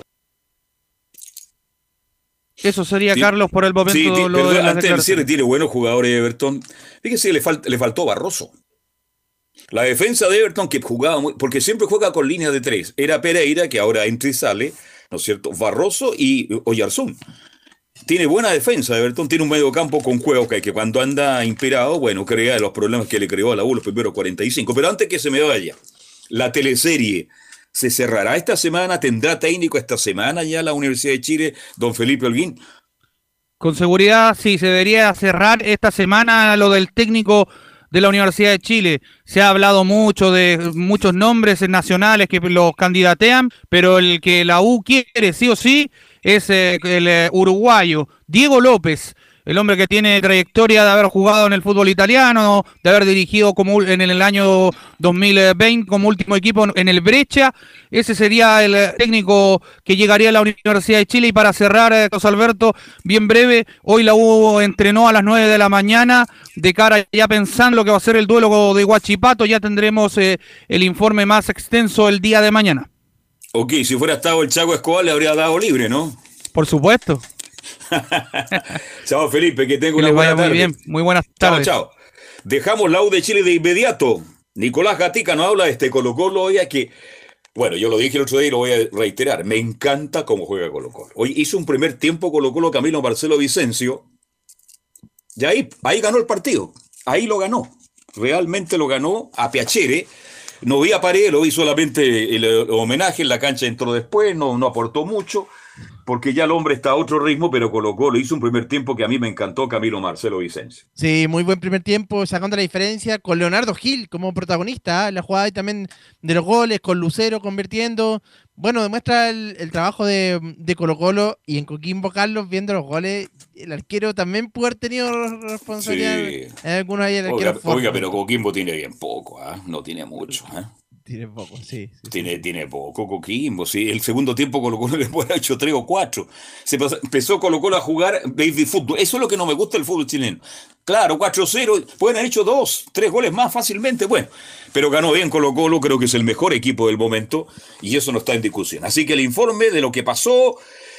Eso sería, sí, Carlos, por el momento. Sí, perdón, antes del cierre tiene buenos jugadores Everton. Fíjese, le faltó Barroso. La defensa de Everton, que jugaba porque siempre juega con línea de 3. Era Pereira, que ahora entra y sale, ¿no es cierto? Barroso y Oyarzún. Tiene buena defensa Everton, tiene un medio campo con Cueva que cuando anda inspirado, bueno, crea los problemas que le creó a la U los primeros 45. Pero antes que se me vaya, la teleserie ¿se cerrará esta semana? ¿Tendrá técnico esta semana ya la Universidad de Chile, don Felipe Holguín? Con seguridad sí, se debería cerrar esta semana lo del técnico de la Universidad de Chile. Se ha hablado mucho de muchos nombres nacionales que los candidatean, pero el que la U quiere sí o sí es el uruguayo Diego López, el hombre que tiene trayectoria de haber jugado en el fútbol italiano, de haber dirigido como en el año 2020 como último equipo en el Brescia. Ese sería el técnico que llegaría a la Universidad de Chile. Y para cerrar, Carlos Alberto, bien breve, hoy la U entrenó a las 9 de la mañana, de cara ya pensando lo que va a ser el duelo de Huachipato. Ya tendremos el informe más extenso el día de mañana. Ok, si fuera estado el Chaco Escobar le habría dado libre, ¿no? Por supuesto. Chao Felipe, que tenga una buena tarde. Muy bien, muy buenas tardes. Chao. Dejamos la U de Chile de inmediato. Nicolás Gatica nos habla de este Colo-Colo hoy que, bueno, yo lo dije el otro día y lo voy a reiterar, me encanta cómo juega Colo-Colo. Hoy hizo un primer tiempo Colo-Colo Camilo Marcelo Vicencio, y ahí ganó el partido, ahí lo ganó, realmente lo ganó a Piacere. No vi a Paredes, lo vi solamente el homenaje, en la cancha entró después, no aportó mucho, porque ya el hombre está a otro ritmo, pero Colo-Colo hizo un primer tiempo que a mí me encantó, Camilo Marcelo Vicencio. Sí, muy buen primer tiempo, sacando la diferencia con Leonardo Gil como protagonista, la jugada ahí también de los goles, con Lucero convirtiendo. Bueno, demuestra el trabajo de Colo-Colo, y en Coquimbo, Carlos, viendo los goles, el arquero también puede haber tenido responsabilidad. Sí. Algunos ahí el arquero oiga, pero Coquimbo tiene bien poco, no tiene mucho. Tiene poco, sí. Tiene poco Coquimbo, sí. El segundo tiempo Colo-Colo le puede haber hecho 3 o 4. Empezó Colo-Colo a jugar baby fútbol. Eso es lo que no me gusta del fútbol chileno. Claro, 4-0, pueden haber hecho 2, 3 goles más fácilmente, bueno. Pero ganó bien Colo-Colo, creo que es el mejor equipo del momento, y eso no está en discusión. Así que el informe de lo que pasó,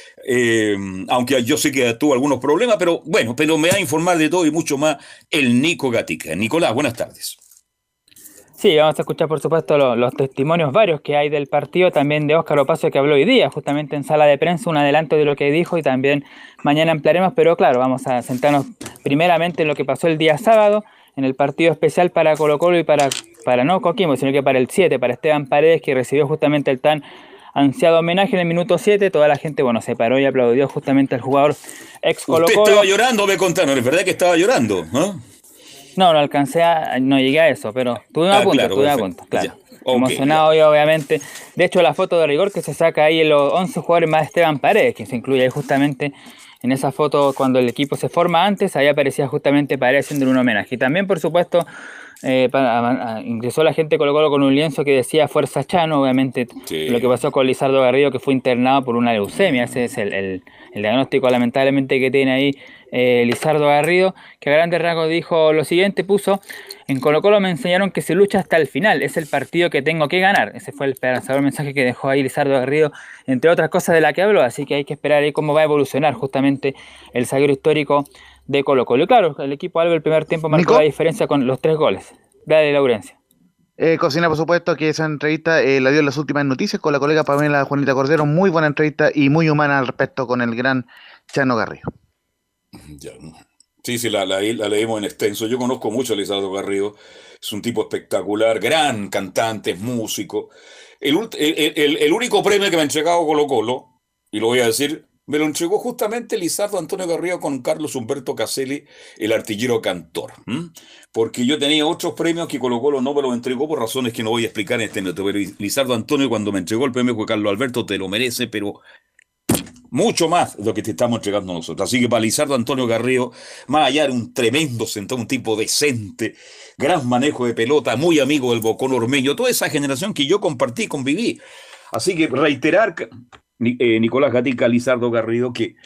aunque yo sé que tuvo algunos problemas, pero bueno, pero me va a informar de todo y mucho más el Nico Gatica. Nicolás, buenas tardes. Sí, vamos a escuchar por supuesto los testimonios varios que hay del partido, también de Óscar Opacio, que habló hoy día justamente en sala de prensa, un adelanto de lo que dijo, y también mañana ampliaremos, pero claro, vamos a centrarnos primeramente en lo que pasó el día sábado, en el partido especial para Colo-Colo y para no Coquimbo, sino que para el 7, para Esteban Paredes, que recibió justamente el tan ansiado homenaje en el minuto 7, toda la gente, bueno, se paró y aplaudió justamente al jugador ex Colo-Colo. Usted estaba llorando, me contaron, ¿es verdad que estaba llorando? No alcancé no llegué a eso, pero tuve a punto, claro. Okay, emocionado yo, obviamente. De hecho, la foto de rigor que se saca ahí en los 11 jugadores más de Esteban Paredes, que se incluye ahí justamente en esa foto cuando el equipo se forma antes, ahí aparecía justamente Paredes haciéndole un homenaje. Y también, por supuesto, ingresó la gente Colo-Colo con un lienzo que decía Fuerza Chano, obviamente, sí. Lo que pasó con Lizardo Garrido, que fue internado por una leucemia, ese es el diagnóstico lamentablemente que tiene ahí Lizardo Garrido, que a grandes rasgos dijo lo siguiente, puso: en Colo-Colo me enseñaron que se lucha hasta el final, es el partido que tengo que ganar. Ese fue el esperanzador mensaje que dejó ahí Lizardo Garrido, entre otras cosas de la que habló, así que hay que esperar ahí cómo va a evolucionar justamente el zaguero histórico de Colo-Colo. Y claro, el equipo algo el primer tiempo marcó la diferencia con los 3 goles. Dale, Laurencio. Cocina, por supuesto, que esa entrevista la dio en las últimas noticias con la colega Pamela Juanita Cordero, muy buena entrevista y muy humana al respecto con el gran Chano Garrido. Ya. Sí, la leímos en extenso. Yo conozco mucho a Lizardo Garrido, es un tipo espectacular, gran cantante, es músico. El único premio que me ha entregado Colo-Colo, y lo voy a decir, me lo entregó justamente Lizardo Antonio Garrido con Carlos Humberto Caselli, el artillero cantor. Porque yo tenía otros premios que Colo-Colo no me los entregó por razones que no voy a explicar en este minuto. Pero Lizardo Antonio, cuando me entregó el premio, fue Carlos Alberto, te lo merece, pero mucho más de lo que te estamos entregando nosotros. Así que para Lizardo Antonio Garrido, más allá de un tremendo sentado, un tipo decente, gran manejo de pelota, muy amigo del Bocón Ormeño, toda esa generación que yo compartí, conviví. Así que reiterar, Nicolás Gatica, Lizardo Garrido, que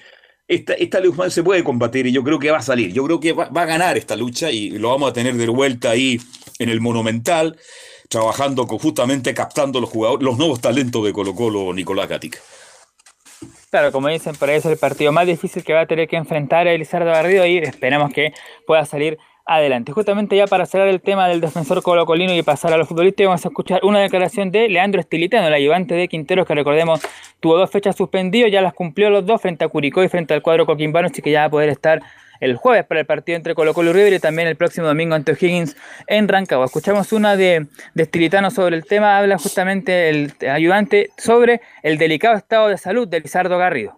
esta lucha se puede combatir y yo creo que va a salir. Yo creo que va a ganar esta lucha y lo vamos a tener de vuelta ahí en el Monumental, trabajando justamente captando los jugadores, los nuevos talentos de Colo-Colo, Nicolás Gatica. Claro, como dicen, por ahí es el partido más difícil que va a tener que enfrentar a Elizardo Garrido y esperamos que pueda salir adelante. Justamente ya para cerrar el tema del defensor colocolino y pasar a los futbolistas, vamos a escuchar una declaración de Leandro Estilitano, el ayudante de Quinteros, que recordemos tuvo 2 fechas suspendidas, ya las cumplió los 2 frente a Curicó y frente al cuadro coquimbano, así que ya va a poder estar el jueves para el partido entre Colo-Colo y River y también el próximo domingo ante O'Higgins en Rancagua. Escuchamos una de Estilitano sobre el tema, habla justamente el ayudante sobre el delicado estado de salud de Elizardo Garrido.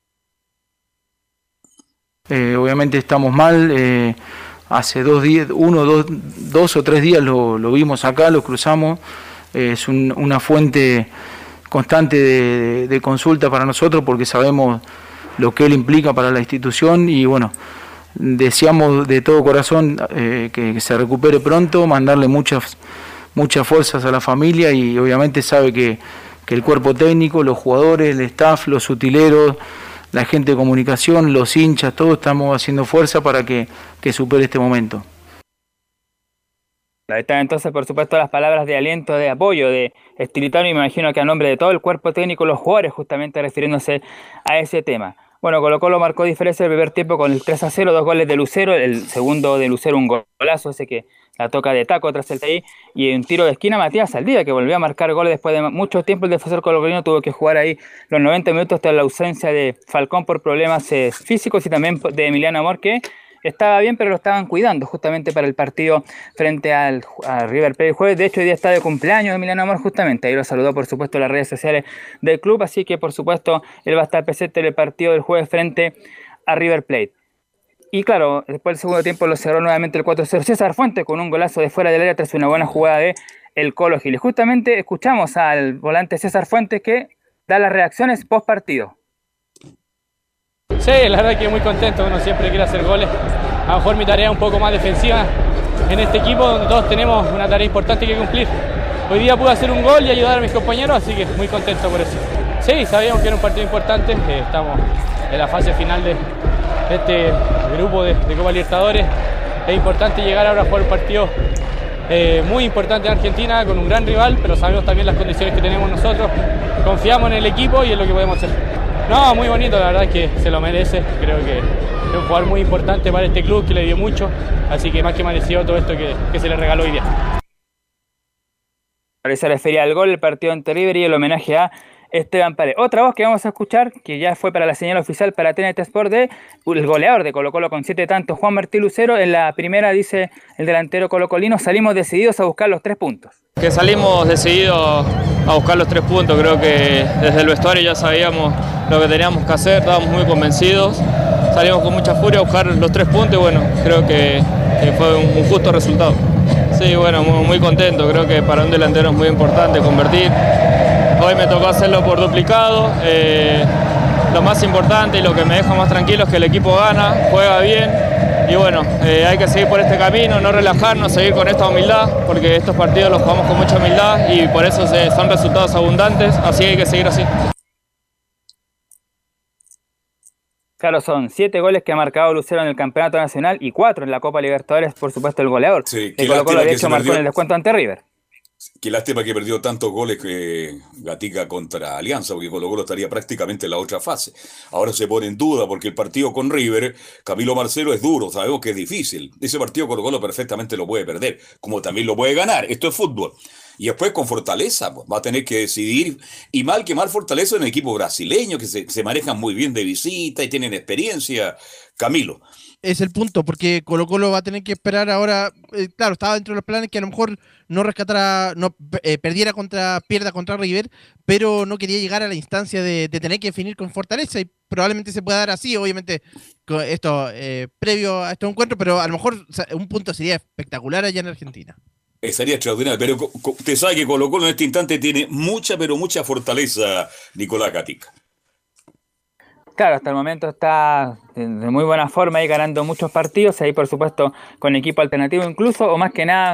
Obviamente estamos mal, hace 2 días, 2 o 3 días lo vimos acá, lo cruzamos, es una fuente constante de consulta para nosotros porque sabemos lo que él implica para la institución y bueno, deseamos de todo corazón que se recupere pronto, mandarle muchas fuerzas a la familia y obviamente sabe que el cuerpo técnico, los jugadores, el staff, los utileros, la gente de comunicación, los hinchas, todos estamos haciendo fuerza para que supere este momento. Ahí están entonces, por supuesto, las palabras de aliento, de apoyo de Estilitano y me imagino que a nombre de todo el cuerpo técnico, los jugadores justamente refiriéndose a ese tema. Bueno, Colo-Colo marcó diferencia el primer tiempo con el 3-0, 2 goles de Lucero, el segundo de Lucero un golazo, ese que la toca de taco tras el TI, y un tiro de esquina Matías Saldivia, que volvió a marcar goles después de mucho tiempo. El defensor colocolino tuvo que jugar ahí los 90 minutos tras la ausencia de Falcón por problemas físicos y también de Emiliano Amor, que estaba bien, pero lo estaban cuidando justamente para el partido frente a River Plate el jueves. De hecho, hoy día está de cumpleaños Emiliano Amor justamente. Ahí lo saludó, por supuesto, en las redes sociales del club. Así que, por supuesto, él va a estar presente en el partido del jueves frente a River Plate. Y claro, después del segundo tiempo lo cerró nuevamente el 4-0 César Fuentes con un golazo de fuera del área tras una buena jugada de el Colo Gil. Y justamente escuchamos al volante César Fuentes que da las reacciones post partido. Sí, la verdad que muy contento, uno siempre quiere hacer goles. A lo mejor mi tarea es un poco más defensiva en este equipo donde todos tenemos una tarea importante que cumplir. Hoy día pude hacer un gol y ayudar a mis compañeros, así que muy contento por eso. Sí, sabíamos que era un partido importante, estamos en la fase final de este grupo de Copa Libertadores. Es importante llegar ahora a jugar un partido muy importante en Argentina con un gran rival, pero sabemos también las condiciones que tenemos nosotros. Confiamos en el equipo y en lo que podemos hacer. No, muy bonito, la verdad es que se lo merece. Creo que es un jugador muy importante para este club que le dio mucho, así que más que merecido todo esto que se le regaló hoy día. Se refería al gol, el partido ante River y el homenaje a Esteban Paredes. Otra voz que vamos a escuchar, que ya fue para la señal oficial para TNT Sport, de el goleador de Colo-Colo con 7 tantos, Juan Martín Lucero. En la primera dice el delantero colocolino: salimos decididos a buscar los 3 puntos. Que salimos decididos a buscar los 3 puntos, creo que desde el vestuario ya sabíamos lo que teníamos que hacer, estábamos muy convencidos, salimos con mucha furia a buscar los 3 puntos y bueno, creo que fue un justo resultado. Sí, bueno, muy contento, creo que para un delantero es muy importante convertir. Hoy me tocó hacerlo por duplicado, lo más importante y lo que me deja más tranquilo es que el equipo gana, juega bien y bueno, hay que seguir por este camino, no relajarnos, seguir con esta humildad, porque estos partidos los jugamos con mucha humildad y por eso son resultados abundantes, así que hay que seguir así. Claro, son 7 goles que ha marcado Lucero en el Campeonato Nacional y 4 en la Copa Libertadores, por supuesto el goleador. Sí, el Colo-Colo de hecho marcó en el descuento ante River. Qué lástima que perdió tantos goles que Gatica contra Alianza, porque Colo-Colo estaría prácticamente en la otra fase. Ahora se pone en duda porque el partido con River, Camilo Marcelo, es duro, sabemos que es difícil. Ese partido Colo-Colo perfectamente lo puede perder, como también lo puede ganar. Esto es fútbol. Y después con Fortaleza va a tener que decidir, y mal que mal Fortaleza en el equipo brasileño, que se manejan muy bien de visita y tienen experiencia. Camilo. Es el punto, porque Colo-Colo va a tener que esperar ahora, claro, estaba dentro de los planes que a lo mejor no rescatara, pierda contra River, pero no quería llegar a la instancia de tener que definir con Fortaleza, y probablemente se pueda dar así, obviamente, con esto previo a este encuentro, pero a lo mejor un punto sería espectacular allá en Argentina. Sería extraordinario, pero usted sabe que Colo-Colo en este instante tiene mucha, pero mucha fortaleza, Nicolás Gatica. Claro, hasta el momento está de muy buena forma y ganando muchos partidos, ahí por supuesto con equipo alternativo incluso, o más que nada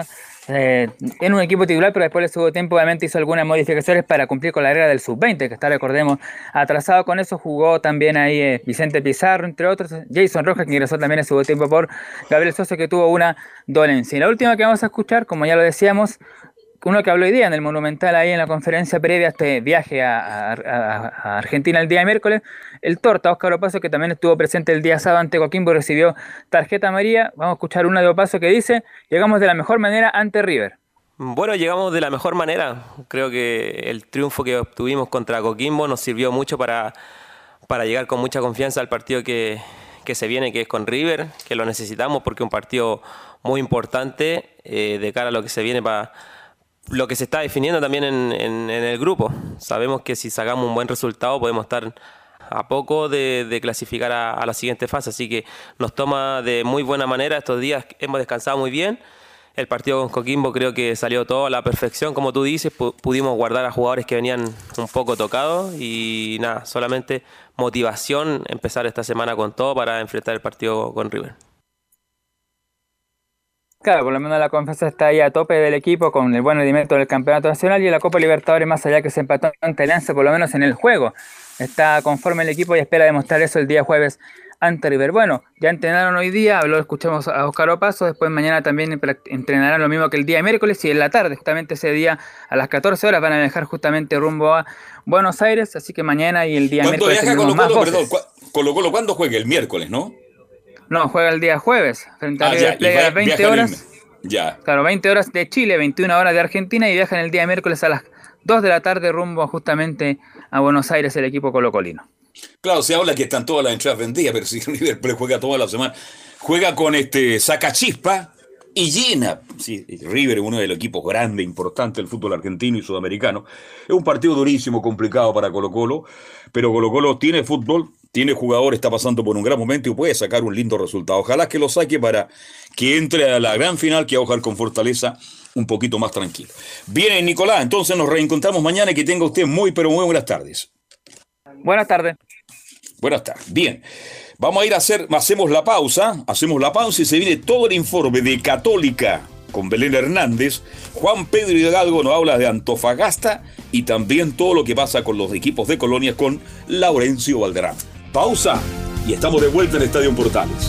en un equipo titular, pero después del segundo tiempo obviamente hizo algunas modificaciones para cumplir con la regla del sub-20, que está, recordemos, atrasado. Con eso jugó también ahí Vicente Pizarro, entre otros, Jason Rojas, que ingresó también en el segundo tiempo por Gabriel Sosa, que tuvo una dolencia. Y la última que vamos a escuchar, como ya lo decíamos, uno que habló hoy día en el Monumental, ahí en la conferencia previa a este viaje a Argentina el día miércoles, el Torta, Óscar Opaso, que también estuvo presente el día sábado ante Coquimbo y recibió tarjeta amarilla. Vamos a escuchar una de Opaso que dice: llegamos de la mejor manera ante River. Bueno, llegamos de la mejor manera. Creo que el triunfo que obtuvimos contra Coquimbo nos sirvió mucho para llegar con mucha confianza al partido que se viene, que es con River, que lo necesitamos porque es un partido muy importante de cara a lo que se viene para lo que se está definiendo también en el grupo. Sabemos que si sacamos un buen resultado podemos estar a poco de clasificar a la siguiente fase, así que nos toma de muy buena manera estos días. Hemos descansado muy bien. El partido con Coquimbo creo que salió todo a la perfección, como tú dices. Pudimos guardar a jugadores que venían un poco tocados y nada, solamente motivación, empezar esta semana con todo para enfrentar el partido con River. Claro, por lo menos la confianza está ahí a tope del equipo con el buen rendimiento del Campeonato Nacional, y en la Copa Libertadores, más allá que se empató ante Alianza, por lo menos en el juego está conforme el equipo y espera demostrar eso el día jueves ante River. Bueno, ya entrenaron hoy día, escuchamos a Óscar Opaso, después mañana también entrenarán lo mismo que el día miércoles, y en la tarde, justamente ese día, a las 14 horas, van a viajar justamente rumbo a Buenos Aires, así que mañana y el día miércoles tendremos más voces. Colo-Colo, ¿cuándo juega? El miércoles, ¿no? No, juega el día jueves, frente a River Plate a las 20 horas. Ya. Claro, 20 horas de Chile, 21 horas de Argentina, y viajan el día miércoles a las 2 de la tarde rumbo justamente a Buenos Aires el equipo colocolino. Claro, se habla que están todas las entradas vendidas, pero si River Plate juega toda la semana, juega con sacachispa y llena. Sí, River es uno de los equipos grandes, importantes del fútbol argentino y sudamericano. Es un partido durísimo, complicado para Colo-Colo, pero Colo-Colo tiene fútbol, tiene jugador, está pasando por un gran momento y puede sacar un lindo resultado. Ojalá que lo saque para que entre a la gran final, que va a jugar con Fortaleza un poquito más tranquilo. Bien, Nicolás, entonces nos reencontramos mañana y que tenga usted muy, pero muy buenas tardes. Buenas tardes. Buenas tardes. Bien. Vamos a ir hacemos la pausa y se viene todo el informe de Católica con Belén Hernández. Juan Pedro Hidalgo nos habla de Antofagasta y también todo lo que pasa con los equipos de Colonia con Laurencio Valderrama. Pausa y estamos de vuelta en Estadio Portales.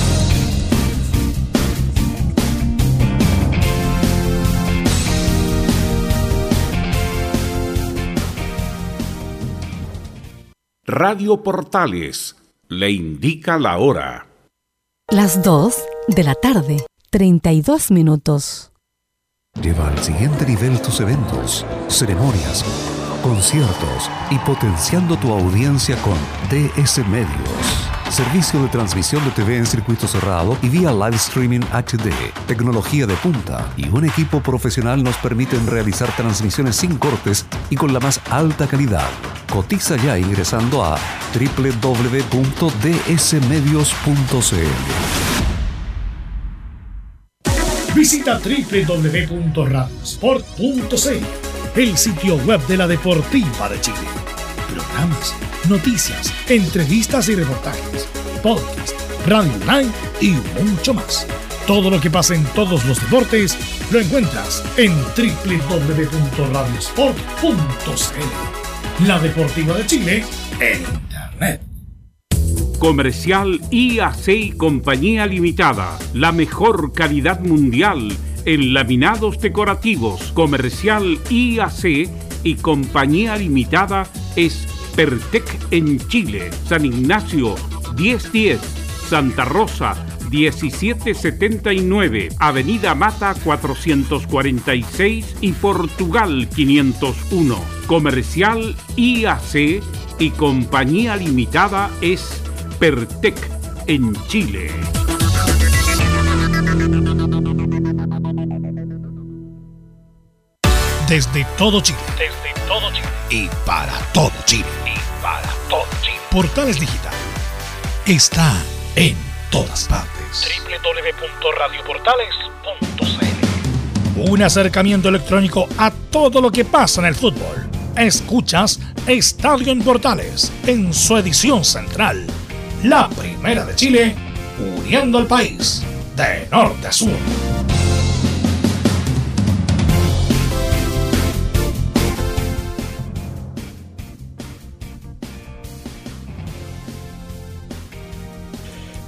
Radio Portales le indica la hora. Las 2 de la tarde, 32 minutos. Lleva al siguiente nivel tus eventos, ceremonias, conciertos y potenciando tu audiencia con DS Medios. Servicio de transmisión de TV en circuito cerrado y vía live streaming HD. Tecnología de punta y un equipo profesional nos permiten realizar transmisiones sin cortes y con la más alta calidad. Cotiza ya ingresando a www.dsmedios.cl. Visita www.radiosport.cl, el sitio web de la Deportiva de Chile. Programas, noticias, entrevistas y reportajes, podcast, radio online y mucho más. Todo lo que pasa en todos los deportes lo encuentras en www.radiosport.cl. La Deportiva de Chile en Internet. Comercial IAC y Compañía Limitada, la mejor calidad mundial en laminados decorativos. Comercial IAC y Compañía Limitada es Pertec en Chile, San Ignacio 1010, Santa Rosa 1779, Avenida Mata 446 y Portugal 501. Comercial IAC y Compañía Limitada es Pertec en Chile. Desde todo Chile. Desde todo Chile. Y para todo Chile. Portales Digital está en todas partes. www.radioportales.cl. Un acercamiento electrónico a todo lo que pasa en el fútbol. Escuchas Estadio en Portales en su edición central. La primera de Chile, uniendo al país de norte a sur.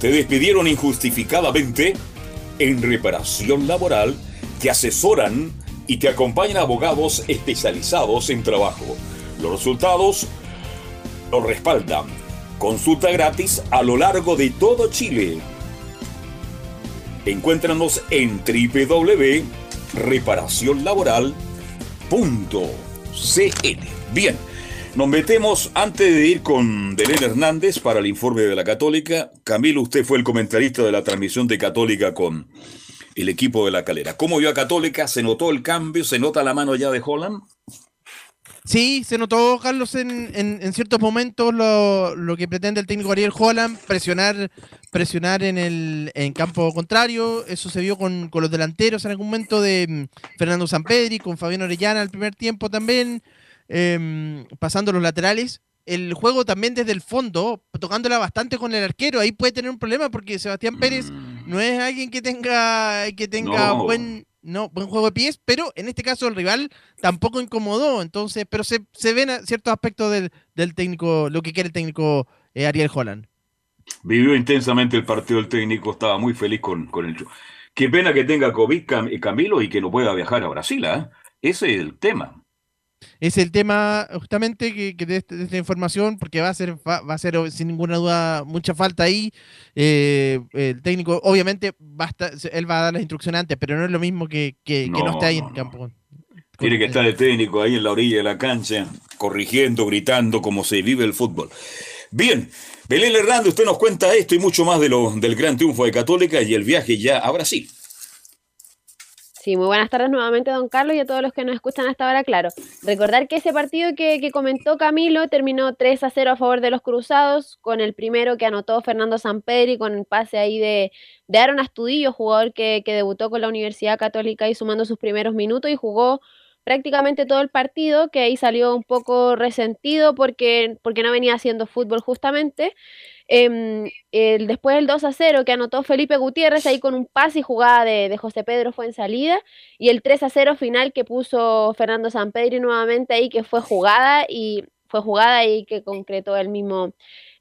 ¿Te despidieron injustificadamente? En Reparación Laboral te asesoran y te acompañan abogados especializados en trabajo. Los resultados los respaldan. Consulta gratis a lo largo de todo Chile. Encuéntranos en www.reparacionlaboral.cl. Bien, nos metemos antes de ir con Belén Hernández para el informe de la Católica. Camilo, usted fue el comentarista de la transmisión de Católica con el equipo de La Calera. ¿Cómo vio a Católica? ¿Se notó el cambio? ¿Se nota la mano ya de Holland? Sí, se notó, Carlos, en ciertos momentos lo que pretende el técnico Ariel Holland, presionar en campo contrario. Eso se vio con los delanteros en algún momento de Fernando Sampedri, con Fabián Orellana al primer tiempo también, pasando los laterales. El juego también desde el fondo, tocándola bastante con el arquero, ahí puede tener un problema porque Sebastián Pérez no es alguien que tenga buen juego de pies, pero en este caso el rival tampoco incomodó, entonces, pero se ven ciertos aspectos del técnico, lo que quiere el técnico Ariel Holland. Vivió intensamente el partido del técnico, estaba muy feliz con el show. Qué pena que tenga COVID Camilo y que no pueda viajar a Brasil, ¿eh? Ese es el tema. Es el tema justamente que de esta información, porque va a ser sin ninguna duda mucha falta ahí. El técnico, obviamente, él va a dar las instrucciones antes, pero no es lo mismo que no esté ahí en el campo. Tiene que estar el técnico ahí en la orilla de la cancha, corrigiendo, gritando, como se vive el fútbol. Bien, Belén Hernández, usted nos cuenta esto y mucho más del gran triunfo de Católica y el viaje ya a Brasil. Sí, muy buenas tardes nuevamente, don Carlos, y a todos los que nos escuchan hasta ahora, claro. Recordar que ese partido que comentó Camilo terminó 3-0 a favor de los Cruzados, con el primero que anotó Fernando Sampedri, con el pase ahí de Aaron Astudillo, jugador que debutó con la Universidad Católica y sumando sus primeros minutos y jugó prácticamente todo el partido, que ahí salió un poco resentido porque no venía haciendo fútbol justamente. Después el 2-0 que anotó Felipe Gutiérrez ahí con un pase y jugada de José Pedro Fuenzalida, y el 3-0 final que puso Fernando Sampedri nuevamente ahí, que fue jugada y que concretó el mismo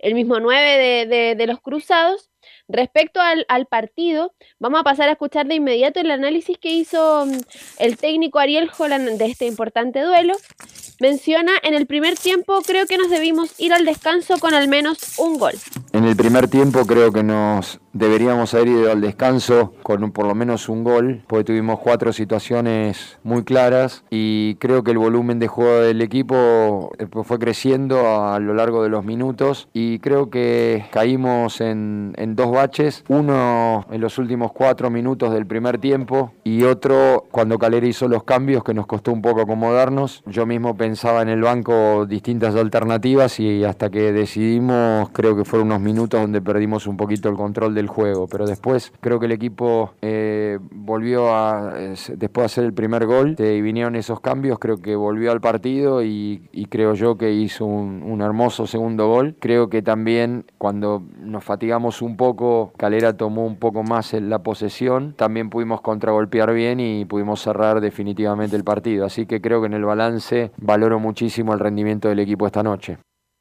9 de los Cruzados. Respecto al partido, vamos a pasar a escuchar de inmediato el análisis que hizo el técnico Ariel Holland de este importante duelo. Menciona: en el primer tiempo creo que nos debimos ir al descanso con al menos un gol. En el primer tiempo creo que nos deberíamos haber ido al descanso con por lo menos un gol, porque tuvimos 4 situaciones muy claras y creo que el volumen de juego del equipo fue creciendo a lo largo de los minutos y creo que caímos en 2 baches, uno en los últimos 4 minutos del primer tiempo y otro cuando Calera hizo los cambios, que nos costó un poco acomodarnos. Yo mismo pensaba en el banco distintas alternativas y hasta que decidimos, creo que fueron unos minutos donde perdimos un poquito el control del juego, pero después creo que el equipo volvió después de hacer el primer gol y vinieron esos cambios, creo que volvió al partido y creo yo que hizo un hermoso segundo gol. Creo que también cuando nos fatigamos un poco, Calera tomó un poco más la posesión, también pudimos contragolpear bien y pudimos cerrar definitivamente el partido, así que creo que en el balance valoro muchísimo el rendimiento del equipo esta noche.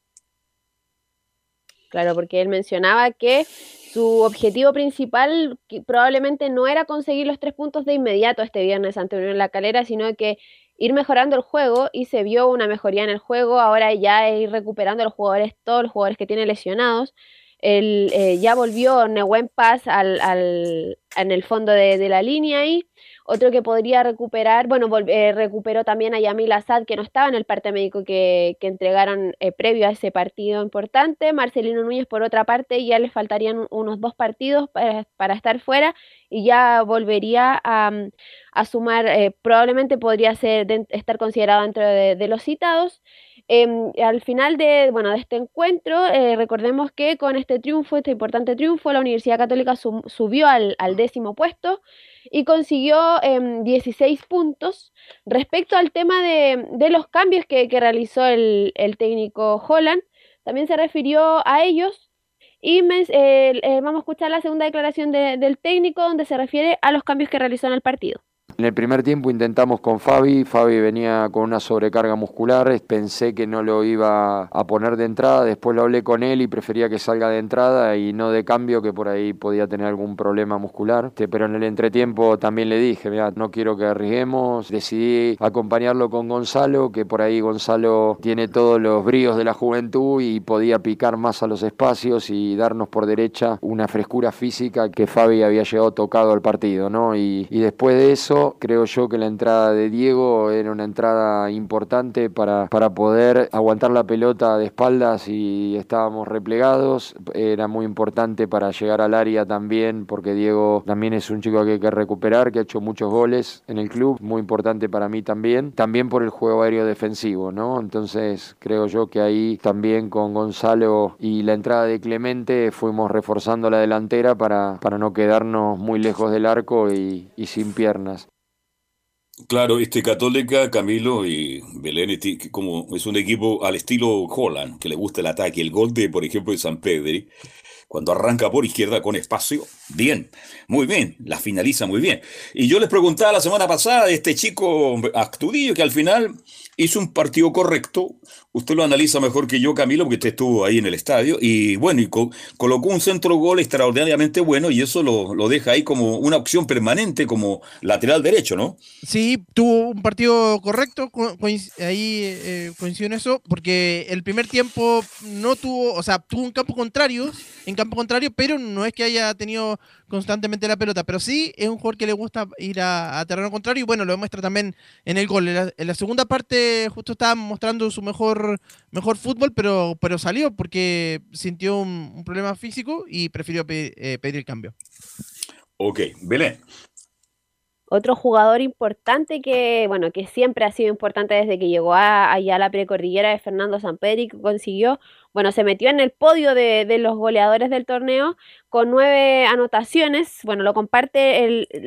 Claro, porque él mencionaba que su objetivo principal probablemente no era conseguir los 3 puntos de inmediato este viernes ante Unión La Calera, sino que ir mejorando el juego, y se vio una mejoría en el juego. Ahora ya es ir recuperando a todos los jugadores que tiene lesionados. Ya volvió Nehuen Paz en el fondo de la línea ahí. Otro que podría recuperar, recuperó también a Yamil Asad, que no estaba en el parte médico que entregaron previo a ese partido importante. Marcelino Núñez, por otra parte, ya le faltarían unos 2 partidos para estar fuera y ya volvería a sumar, probablemente podría estar considerado dentro de los citados. Al final de este encuentro, recordemos que con este importante triunfo, la Universidad Católica subió al 10º puesto y consiguió 16 puntos. Respecto al tema de los cambios que realizó el técnico Holland, también se refirió a ellos y vamos a escuchar la segunda declaración del técnico, donde se refiere a los cambios que realizó en el partido. En el primer tiempo intentamos con Fabi venía con una sobrecarga muscular, pensé que no lo iba a poner de entrada, después lo hablé con él y prefería que salga de entrada y no de cambio, que por ahí podía tener algún problema muscular, pero en el entretiempo también le dije, mira, no quiero que arriesguemos, decidí acompañarlo con Gonzalo, que por ahí Gonzalo tiene todos los bríos de la juventud y podía picar más a los espacios y darnos por derecha una frescura física que Fabi había llegado tocado al partido, ¿no? Y después de eso, creo yo que la entrada de Diego era una entrada importante para poder aguantar la pelota de espaldas y estábamos replegados. Era muy importante para llegar al área también, porque Diego también es un chico que hay que recuperar, que ha hecho muchos goles en el club, muy importante para mí también por el juego aéreo defensivo, ¿no? Entonces creo yo que ahí también con Gonzalo y la entrada de Clemente fuimos reforzando la delantera para no quedarnos muy lejos del arco y sin piernas. Claro, Católica, Camilo y Belén, como es un equipo al estilo Holland, que le gusta el ataque. El gol de, por ejemplo, de Sampedri, cuando arranca por izquierda con espacio, bien, muy bien, la finaliza muy bien. Y yo les preguntaba la semana pasada de este chico Astudillo, que al final hizo un partido correcto. Usted lo analiza mejor que yo, Camilo, porque usted estuvo ahí en el estadio. Y bueno, colocó un centro gol extraordinariamente bueno y eso lo deja ahí como una opción permanente como lateral derecho, ¿no? Sí, tuvo un partido correcto, ahí coincido en eso, porque el primer tiempo no tuvo, o sea, tuvo en campo contrario, pero no es que haya tenido constantemente la pelota, pero sí es un jugador que le gusta ir a terreno contrario y bueno, lo demuestra también en el gol. En la segunda parte justo estaba mostrando su mejor fútbol, pero salió porque sintió un problema físico y prefirió pedir el cambio. Ok, Belén. Otro jugador importante que siempre ha sido importante desde que llegó allá a la precordillera es Fernando Sampedri, que se metió en el podio de los goleadores del torneo con 9 anotaciones. Bueno, lo comparte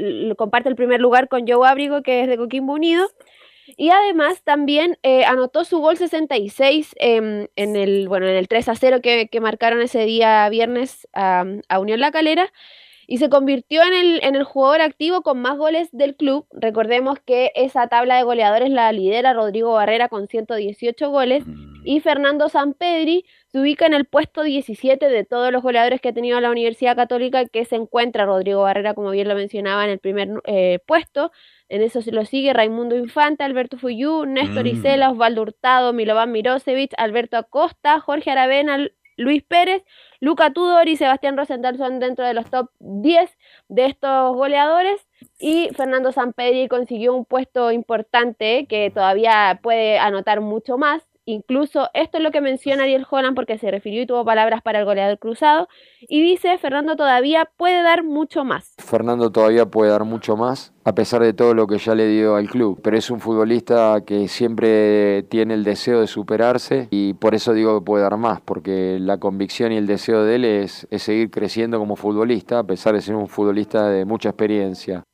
el primer lugar con Joe Abrigo, que es de Coquimbo Unido. Y además también anotó su gol 66 en el 3-0 que marcaron ese día viernes a Unión La Calera. Y se convirtió en el jugador activo con más goles del club. Recordemos que esa tabla de goleadores la lidera Rodrigo Barrera con 118 goles. Y Fernando Sampedri se ubica en el puesto 17 de todos los goleadores que ha tenido la Universidad Católica, que se encuentra Rodrigo Barrera, como bien lo mencionaba, en el primer puesto. En eso se lo sigue Raimundo Infante, Alberto Fuyú, Néstor Isela, Osvaldo Hurtado, Milovan Mirosevic, Alberto Acosta, Jorge Aravena, Luis Pérez, Luca Tudor y Sebastián Rosenthal son dentro de los top 10 de estos goleadores. Y Fernando Sampedri consiguió un puesto importante que todavía puede anotar mucho más. Incluso esto es lo que menciona Ariel Holland, porque se refirió y tuvo palabras para el goleador cruzado, y dice: Fernando todavía puede dar mucho más. Fernando todavía puede dar mucho más, a pesar de todo lo que ya le dio al club, pero es un futbolista que siempre tiene el deseo de superarse y por eso digo que puede dar más, porque la convicción y el deseo de él es seguir creciendo como futbolista, a pesar de ser un futbolista de mucha experiencia.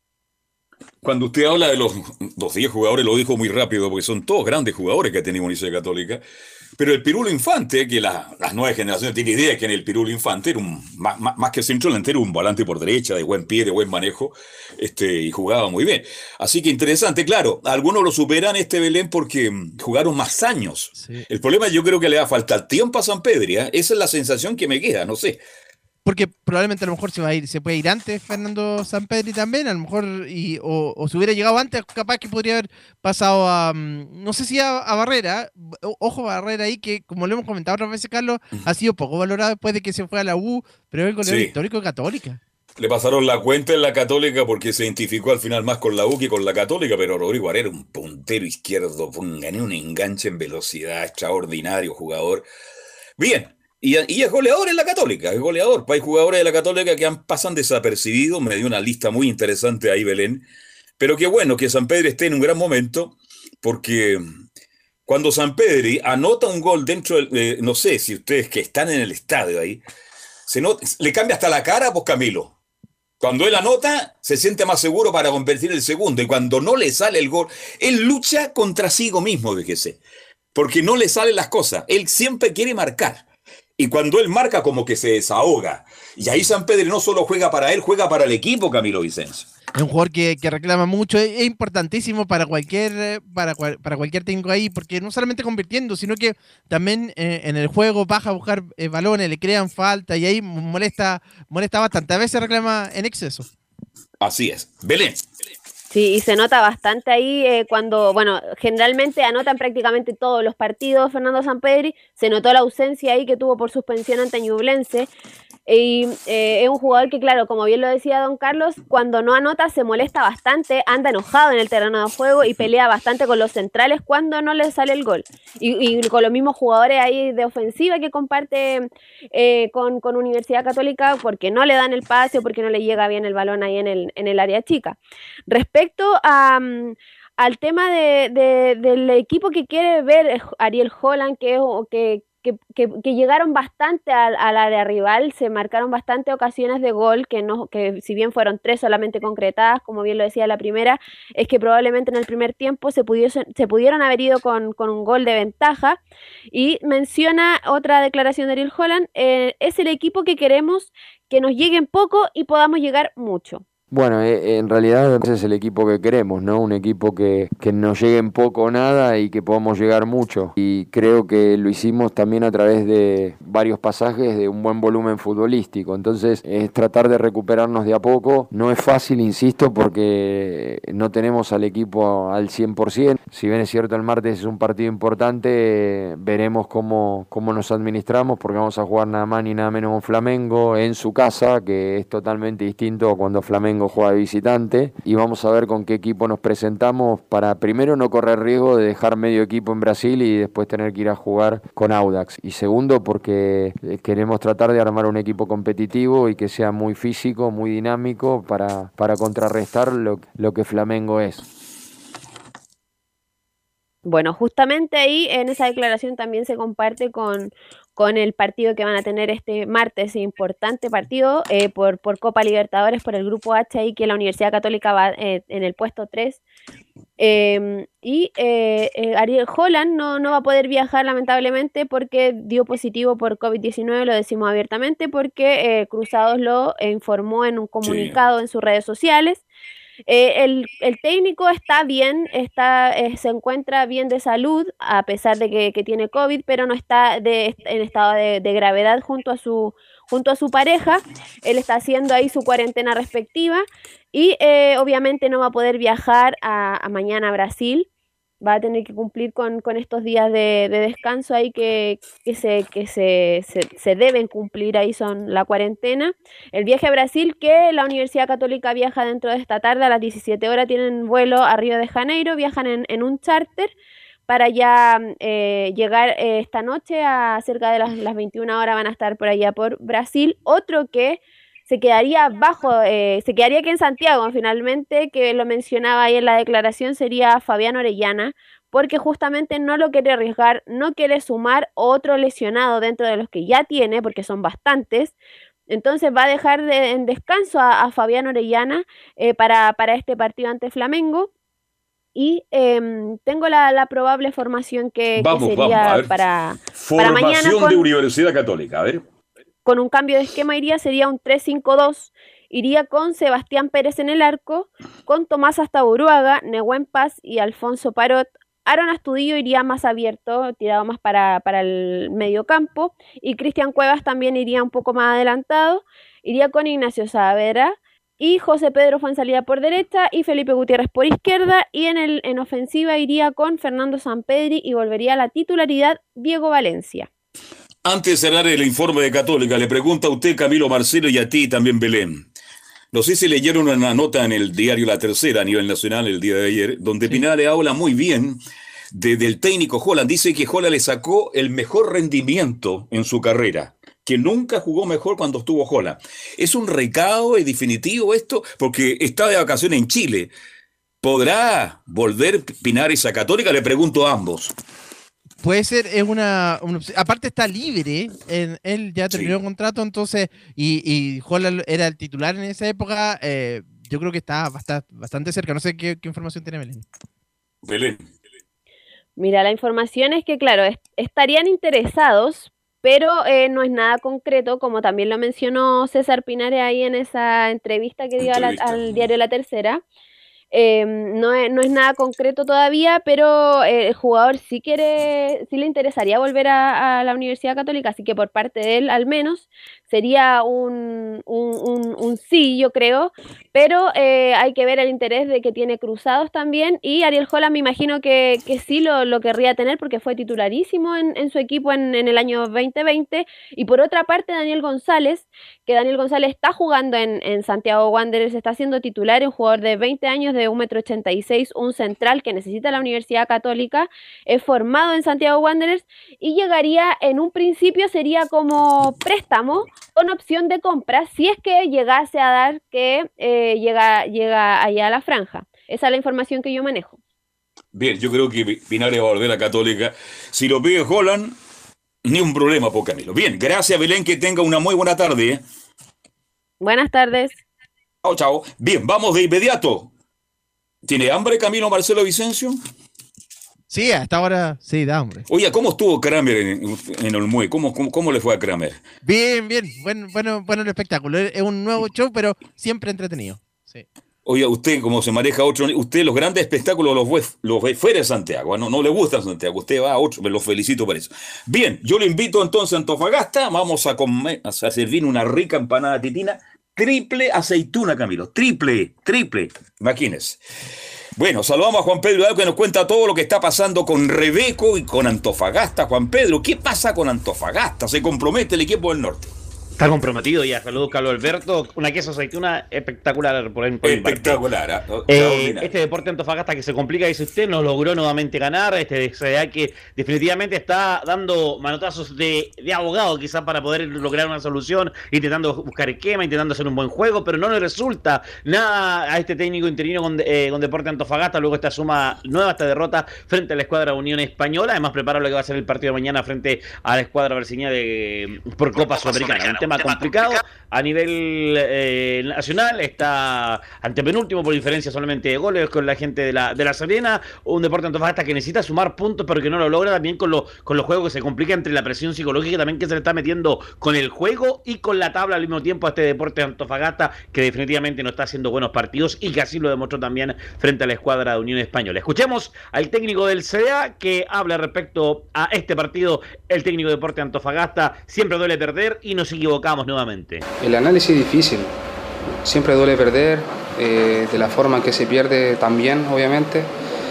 Cuando usted habla de los 10 jugadores, lo dijo muy rápido, porque son todos grandes jugadores que ha tenido Universidad Católica, pero el Pirulo Infante, que las nuevas generaciones tienen idea que en el Pirulo Infante era más que centro delantero, un volante por derecha, de buen pie, de buen manejo, y jugaba muy bien. Así que interesante, claro, algunos lo superan Belén porque jugaron más años. Sí. El problema yo creo que le va a faltar tiempo a Sampedri, ¿eh? Esa es la sensación que me queda, no sé. Porque probablemente a lo mejor se puede ir antes Fernando Sampedri también, a lo mejor, o si hubiera llegado antes, capaz que podría haber pasado a, no sé si a Barrera, ojo Barrera ahí, que como lo hemos comentado otras veces, Carlos, ha sido poco valorado después de que se fue a la U, pero es el goleador histórico de Católica. Le pasaron la cuenta en la Católica porque se identificó al final más con la U que con la Católica, pero Rodrigo Barrera, un puntero izquierdo, ganó un enganche en velocidad, extraordinario jugador. Bien. Y es goleador en la Católica, es goleador. Hay jugadores de la Católica que pasan desapercibidos. Me dio una lista muy interesante ahí, Belén. Pero qué bueno que Sampedri esté en un gran momento, porque cuando Sampedri anota un gol dentro del, no sé si ustedes que están en el estadio ahí, le cambia hasta la cara, pues Camilo. Cuando él anota, se siente más seguro para convertir el segundo. Y cuando no le sale el gol, él lucha contra sí mismo, fíjese. Porque no le salen las cosas. Él siempre quiere marcar. Y cuando él marca, como que se desahoga. Y ahí Sampedri no solo juega para él, juega para el equipo, Camilo Vicencio. Es un jugador que reclama mucho, es importantísimo para cualquier técnico ahí, porque no solamente convirtiendo, sino que también en el juego baja a buscar balones, le crean falta y ahí molesta bastante. A veces reclama en exceso. Así es. Belén. Sí, y se nota bastante ahí cuando, bueno, generalmente anotan prácticamente todos los partidos Fernando Sampedri, se notó la ausencia ahí que tuvo por suspensión ante Ñublense, y es un jugador que, claro, como bien lo decía don Carlos, cuando no anota se molesta bastante, anda enojado en el terreno de juego y pelea bastante con los centrales cuando no le sale el gol, y con los mismos jugadores ahí de ofensiva que comparte con Universidad Católica, porque no le dan el pase o porque no le llega bien el balón ahí en el área chica. Respecto al tema del equipo que quiere ver Ariel Holland, que llegaron bastante al área rival, se marcaron bastantes ocasiones de gol, que si bien fueron 3 solamente concretadas, como bien lo decía la primera, es que probablemente en el primer tiempo se pudieron haber ido con un gol de ventaja. Y menciona otra declaración de Ariel Holland, es el equipo que queremos que nos lleguen poco y podamos llegar mucho. Bueno, en realidad ese es el equipo que queremos, ¿no? Un equipo que nos llegue en poco o nada y que podamos llegar mucho. Y creo que lo hicimos también a través de varios pasajes de un buen volumen futbolístico. Entonces, es tratar de recuperarnos de a poco. No es fácil, insisto, porque no tenemos al equipo al 100%. Si bien es cierto, el martes es un partido importante, veremos cómo nos administramos, porque vamos a jugar nada más ni nada menos con Flamengo en su casa, que es totalmente distinto a cuando Flamengo juega de visitante, y vamos a ver con qué equipo nos presentamos para primero no correr riesgo de dejar medio equipo en Brasil y después tener que ir a jugar con Audax, y segundo porque queremos tratar de armar un equipo competitivo y que sea muy físico, muy dinámico para contrarrestar lo que Flamengo es. Bueno, justamente ahí en esa declaración también se comparte con el partido que van a tener este martes, importante partido por Copa Libertadores, por el Grupo H, ahí que la Universidad Católica va en el puesto 3. Ariel Holland no va a poder viajar lamentablemente porque dio positivo por COVID-19, lo decimos abiertamente, porque Cruzados lo informó en un comunicado en sus redes sociales. El técnico está bien, se encuentra bien de salud, a pesar de que tiene COVID, pero no está en estado de gravedad junto a su pareja. Él está haciendo ahí su cuarentena respectiva y obviamente no va a poder viajar a mañana a Brasil. Va a tener que cumplir con estos días de descanso ahí que se deben cumplir, ahí son la cuarentena. El viaje a Brasil, que la Universidad Católica viaja dentro de esta tarde, a las 17 horas tienen vuelo a Río de Janeiro, viajan en un charter para ya llegar esta noche a cerca de las 21 horas, van a estar por allá por Brasil. Otro que se quedaría aquí en Santiago finalmente, que lo mencionaba ahí en la declaración, sería Fabián Orellana, porque justamente no lo quiere arriesgar, no quiere sumar otro lesionado dentro de los que ya tiene, porque son bastantes. Entonces va a dejar en descanso a Fabián Orellana para este partido ante Flamengo. Y tengo la probable formación que sería para mañana. Formación de Universidad Católica, a ver. Con un cambio de esquema sería un 3-5-2, iría con Sebastián Pérez en el arco, con Tomás Astaburuaga, Nehuen Paz y Alfonso Parot. Aaron Astudillo iría más abierto, tirado más para el medio campo, y Cristian Cuevas también iría un poco más adelantado, iría con Ignacio Saavedra, y José Pedro Fuenzalida por derecha y Felipe Gutiérrez por izquierda, y en ofensiva iría con Fernando Sampedri y volvería a la titularidad Diego Valencia. Antes de cerrar el informe de Católica, le pregunto a usted, Camilo Marcelo, y a ti también, Belén. No sé si leyeron una nota en el diario La Tercera a nivel nacional el día de ayer, donde Pinale habla muy bien del técnico Holland. Dice que Holland le sacó el mejor rendimiento en su carrera, que nunca jugó mejor cuando estuvo Holland. ¿Es un recado definitivo esto? Porque está de vacaciones en Chile. ¿Podrá volver Pinares a Católica? Le pregunto a ambos. Puede ser, es una opción. Aparte está libre, él ya terminó el contrato, entonces, y Holland era el titular en esa época, yo creo que está bastante cerca. No sé qué información tiene Belén. Belén. Mira, la información es que, claro, estarían interesados, pero no es nada concreto, como también lo mencionó César Pinares ahí en esa entrevista que dio al diario La Tercera. No es nada concreto todavía, pero el jugador sí le interesaría volver a la Universidad Católica, así que por parte de él al menos sería un sí, yo creo, pero hay que ver el interés de que tiene Cruzados también, y Ariel Holland me imagino que sí lo querría tener porque fue titularísimo en su equipo en el año 2020, y por otra parte Daniel González está jugando en Santiago Wanderers, está siendo titular, un jugador de 20 años de 1,86 m, un central que necesita la Universidad Católica, es formado en Santiago Wanderers y llegaría en un principio, sería como préstamo con opción de compra si es que llegase a dar que llega allá a la franja. Esa es la información que yo manejo. Bien, yo creo que Pinares va a volver a Católica. Si lo pide Holland, ni un problema por Camilo. Bien, gracias Belén, que tenga una muy buena tarde. Buenas tardes. Chao, chao. Bien, vamos de inmediato. ¿Tiene hambre Camilo Marcelo Vicencio? Sí, hasta ahora sí, da hambre. Oye, ¿cómo estuvo Kramer en Olmué? ¿Cómo le fue a Kramer? Bien. Bueno el espectáculo. Es un nuevo show, pero siempre entretenido. Sí. Oye, usted, como se maneja usted los grandes espectáculos los ve fuera de Santiago, no le gusta Santiago, usted va a otro, me lo felicito por eso. Bien, yo le invito entonces a Antofagasta, vamos a servir una rica empanada titina, triple aceituna, Camilo, triple, imagínense. Bueno, saludamos a Juan Pedro Hidalgo, que nos cuenta todo lo que está pasando con Rebeco y con Antofagasta. Juan Pedro, ¿qué pasa con Antofagasta? ¿Se compromete el equipo del norte? Está comprometido ya. Saludos, Carlos Alberto. Una queso aceituna espectacular por espectacular. Este Deporte Antofagasta que se complica, dice usted, nos logró nuevamente ganar. Este CDA que definitivamente está dando manotazos de abogado quizás para poder lograr una solución, intentando buscar esquema, intentando hacer un buen juego, pero no le resulta nada a este técnico interino con Deporte Antofagasta. Luego esta derrota frente a la escuadra Unión Española. Además prepara lo que va a ser el partido de mañana frente a la escuadra brasileña por Copa Sudamericana. Un tema complicado a nivel nacional, está antepenúltimo por diferencia solamente de goles con la gente de la Serena. Un Deporte Antofagasta que necesita sumar puntos pero que no lo logra, también con los juegos que se complica entre la presión psicológica también que se le está metiendo con el juego y con la tabla al mismo tiempo a este Deporte Antofagasta que definitivamente no está haciendo buenos partidos y que así lo demostró también frente a la escuadra de Unión Española. Escuchemos al técnico del CDA que habla respecto a este partido. El técnico de Deporte Antofagasta: siempre duele perder y nos equivocamos nuevamente. El análisis es difícil, siempre duele perder, de la forma en que se pierde también, obviamente.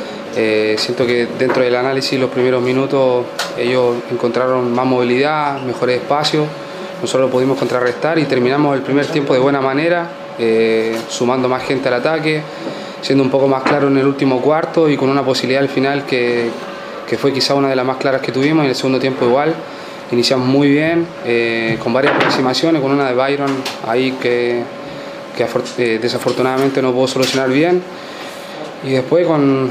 Siento que dentro del análisis los primeros minutos ellos encontraron más movilidad, mejores espacios, nosotros lo pudimos contrarrestar y terminamos el primer tiempo de buena manera, sumando más gente al ataque, siendo un poco más claro en el último cuarto y con una posibilidad al final que fue quizá una de las más claras que tuvimos, y en el segundo tiempo igual. Iniciamos muy bien, con varias aproximaciones, con una de Byron ahí que desafortunadamente no pudo solucionar bien, y después con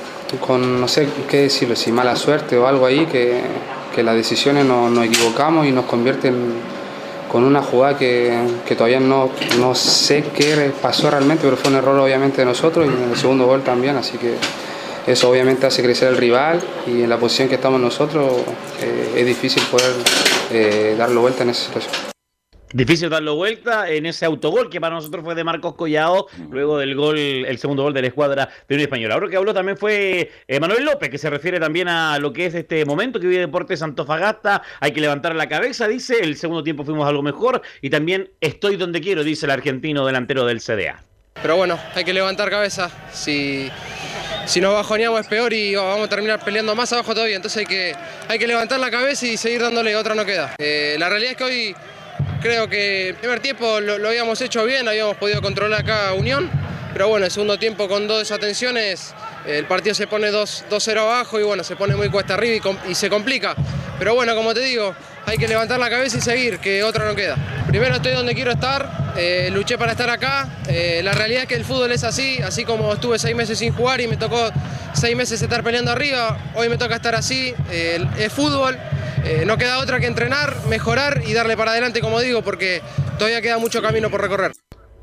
no sé qué decirlo, si mala suerte o algo ahí, que las decisiones nos equivocamos y nos convierten con una jugada que todavía no sé qué pasó realmente, pero fue un error obviamente de nosotros, y en el segundo gol también, así que eso obviamente hace crecer al rival, y en la posición que estamos nosotros es difícil poder darlo vuelta en esa situación. Difícil darlo vuelta en ese autogol que para nosotros fue de Marcos Collado, luego del gol, el segundo gol de la escuadra de Unión Española. Ahora que habló también fue Manuel López, que se refiere también a lo que es este momento que vive Deportes Antofagasta. Hay que levantar la cabeza, dice. El segundo tiempo fuimos algo mejor y también estoy donde quiero, dice el argentino delantero del CDA. Pero bueno, hay que levantar cabeza. Si nos bajoneamos es peor y vamos a terminar peleando más abajo todavía. Entonces hay que levantar la cabeza y seguir dándole, otra no queda. La realidad es que hoy creo que el primer tiempo lo habíamos hecho bien, habíamos podido controlar acá a Unión, pero bueno, el segundo tiempo con 2 desatenciones, el partido se pone 2-0 abajo y bueno, se pone muy cuesta arriba y se complica. Pero bueno, como te digo, hay que levantar la cabeza y seguir, que otra no queda. Primero estoy donde quiero estar, luché para estar acá. La realidad es que el fútbol es así como estuve 6 meses sin jugar y me tocó 6 meses estar peleando arriba, hoy me toca estar así, es fútbol. No queda otra que entrenar, mejorar y darle para adelante, como digo, porque todavía queda mucho camino por recorrer.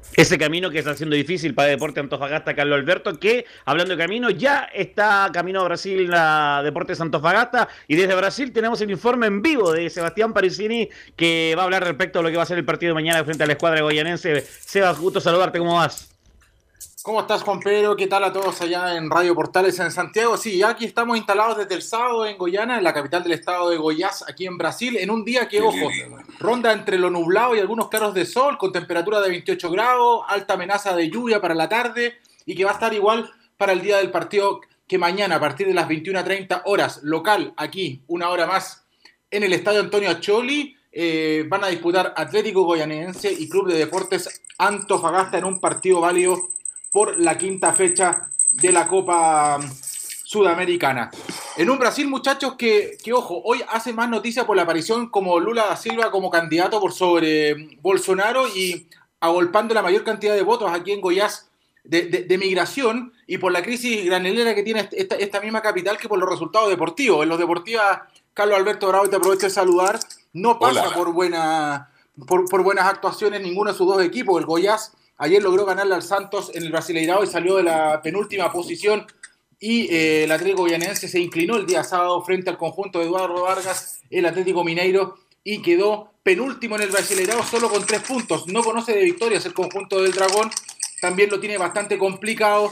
Ese camino que está haciendo difícil para Deportes Antofagasta, Carlos Alberto, que, hablando de camino, ya está camino a Brasil la Deportes Antofagasta, y desde Brasil tenemos el informe en vivo de Sebastián Parisini, que va a hablar respecto a lo que va a ser el partido de mañana frente a la escuadra goyanense. Sebas, gusto saludarte, ¿cómo vas? ¿Cómo estás, Juan Pedro? ¿Qué tal a todos allá en Radio Portales en Santiago? Sí, ya aquí estamos instalados desde el sábado en Goiânia, en la capital del estado de Goiás, aquí en Brasil, en un día que, ojo, ronda entre lo nublado y algunos claros de sol, con temperatura de 28 grados, alta amenaza de lluvia para la tarde, y que va a estar igual para el día del partido, que mañana, a partir de las 21:30 horas, local, aquí, una hora más, en el estadio Antonio Ascioli, van a disputar Atlético Goianiense y Club de Deportes Antofagasta en un partido válido por la quinta fecha de la Copa Sudamericana. En un Brasil, muchachos, que ojo, hoy hace más noticia por la aparición como Lula da Silva como candidato por sobre Bolsonaro y agolpando la mayor cantidad de votos aquí en Goiás de migración, y por la crisis granelera que tiene esta misma capital, que por los resultados deportivos. En los deportivos, Carlos Alberto Bravo, te aprovecho de saludar, no pasa por buenas actuaciones ninguno de sus dos equipos. El Goiás ayer logró ganarle al Santos en el Brasileirao y salió de la penúltima posición, y el Atlético Goianiense se inclinó el día sábado frente al conjunto de Eduardo Vargas, el Atlético Mineiro, y quedó penúltimo en el Brasileirao solo con 3 puntos. No conoce de victorias el conjunto del Dragón, también lo tiene bastante complicado